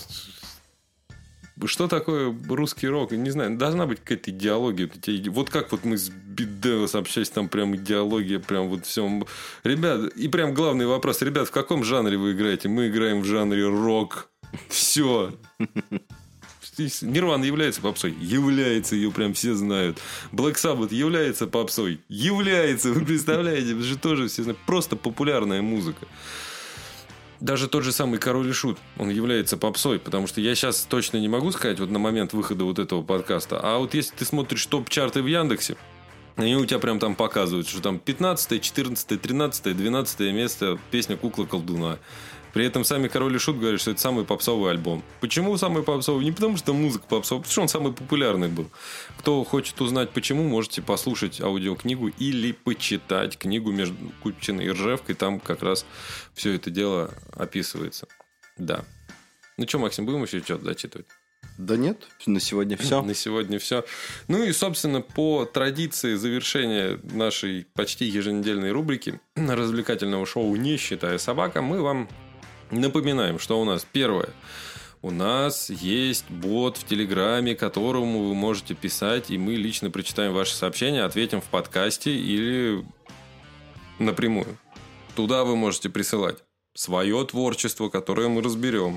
Что такое русский рок? Не знаю, должна быть какая-то идеология. Вот как вот мы с Бидевос общались, там прям идеология, прям вот все. Ребят, и прям главный вопрос. Ребят, в каком жанре вы играете? Мы играем в жанре рок. Все. Нирвана является попсой? Является, ее прям все знают. Black Sabbath является попсой? Является, вы представляете? Это же тоже все знают. Просто популярная музыка. Даже тот же самый «Король и Шут», он является попсой, потому что я сейчас точно не могу сказать вот на момент выхода вот этого подкаста, а вот если ты смотришь топ-чарты в Яндексе, они у тебя прям там показывают, что там пятнадцатое, четырнадцатое, тринадцатое, двенадцатое место песня «Кукла-колдуна». При этом сами «Король и Шут» говорят, что это самый попсовый альбом. Почему самый попсовый? Не потому что музыка попсовая, потому что он самый популярный был. Кто хочет узнать почему, можете послушать аудиокнигу или почитать книгу «Между Купчиной и Ржевкой». Там как раз все это дело описывается. Да. Ну что, Максим, будем еще что-то зачитывать? Да нет, на сегодня все. На сегодня все. Ну и, собственно, по традиции завершения нашей почти еженедельной рубрики развлекательного шоу «Не считая собака», мы вам напоминаем, что у нас первое. У нас есть бот в Телеграме, которому вы можете писать, и мы лично прочитаем ваши сообщения, ответим в подкасте или напрямую. Туда вы можете присылать свое творчество, которое мы разберем.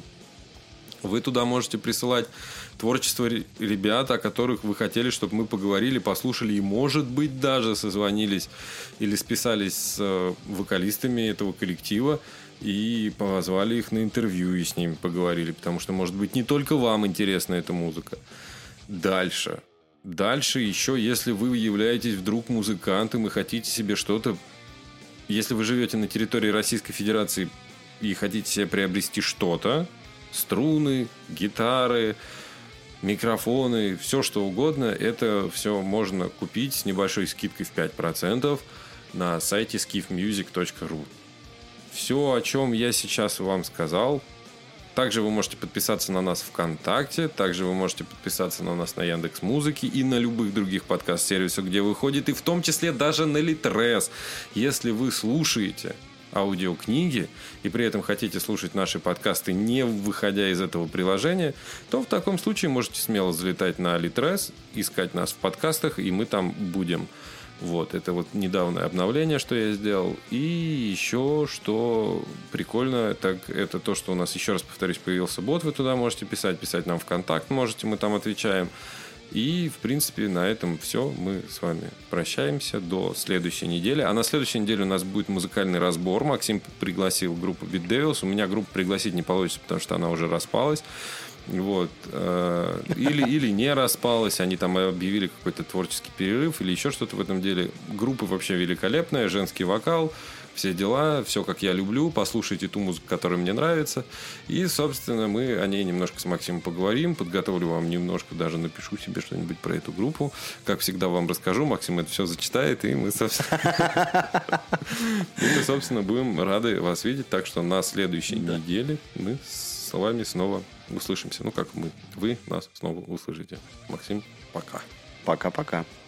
Вы туда можете присылать творчество ребят, о которых вы хотели, чтобы мы поговорили, послушали и, может быть, даже созвонились или списались с вокалистами этого коллектива и позвали их на интервью и с ними поговорили, потому что, может быть, не только вам интересна эта музыка. Дальше. Дальше еще, если вы являетесь вдруг музыкантом и хотите себе что-то... Если вы живете на территории Российской Федерации и хотите себе приобрести что-то, струны, гитары, микрофоны, все что угодно, это все можно купить с небольшой скидкой в пять процентов на сайте skiff music точка ру. Все, о чем я сейчас вам сказал. Также вы можете подписаться на нас ВКонтакте, также вы можете подписаться на нас на Яндекс.Музыке и на любых других подкаст-сервисах, где выходит, и в том числе даже на Литрес. Если вы слушаете аудиокниги и при этом хотите слушать наши подкасты, не выходя из этого приложения, то в таком случае можете смело залетать на Литрес, искать нас в подкастах, и мы там будем. Вот, это вот недавнее обновление, что я сделал. И еще, что прикольно, так это то, что у нас, еще раз повторюсь, появился бот. Вы туда можете писать, писать нам ВКонтакт можете, мы там отвечаем. И, в принципе, на этом все. Мы с вами прощаемся до следующей недели. А на следующей неделе у нас будет музыкальный разбор. Максим пригласил группу Beat Devils. У меня группу пригласить не получится, потому что она уже распалась. Вот. Или, или не распалась. Они там объявили какой-то творческий перерыв или еще что-то в этом деле. Группа вообще великолепная. Женский вокал. Все дела, все как я люблю. Послушайте ту музыку, которая мне нравится. И, собственно, мы о ней немножко с Максимом поговорим. Подготовлю вам немножко, даже напишу себе что-нибудь про эту группу. Как всегда вам расскажу. Максим это все зачитает. И мы, собственно, будем рады вас видеть. Так что на следующей неделе мы с вами снова услышимся. Ну, как мы. Вы нас снова услышите. Максим, пока. Пока-пока.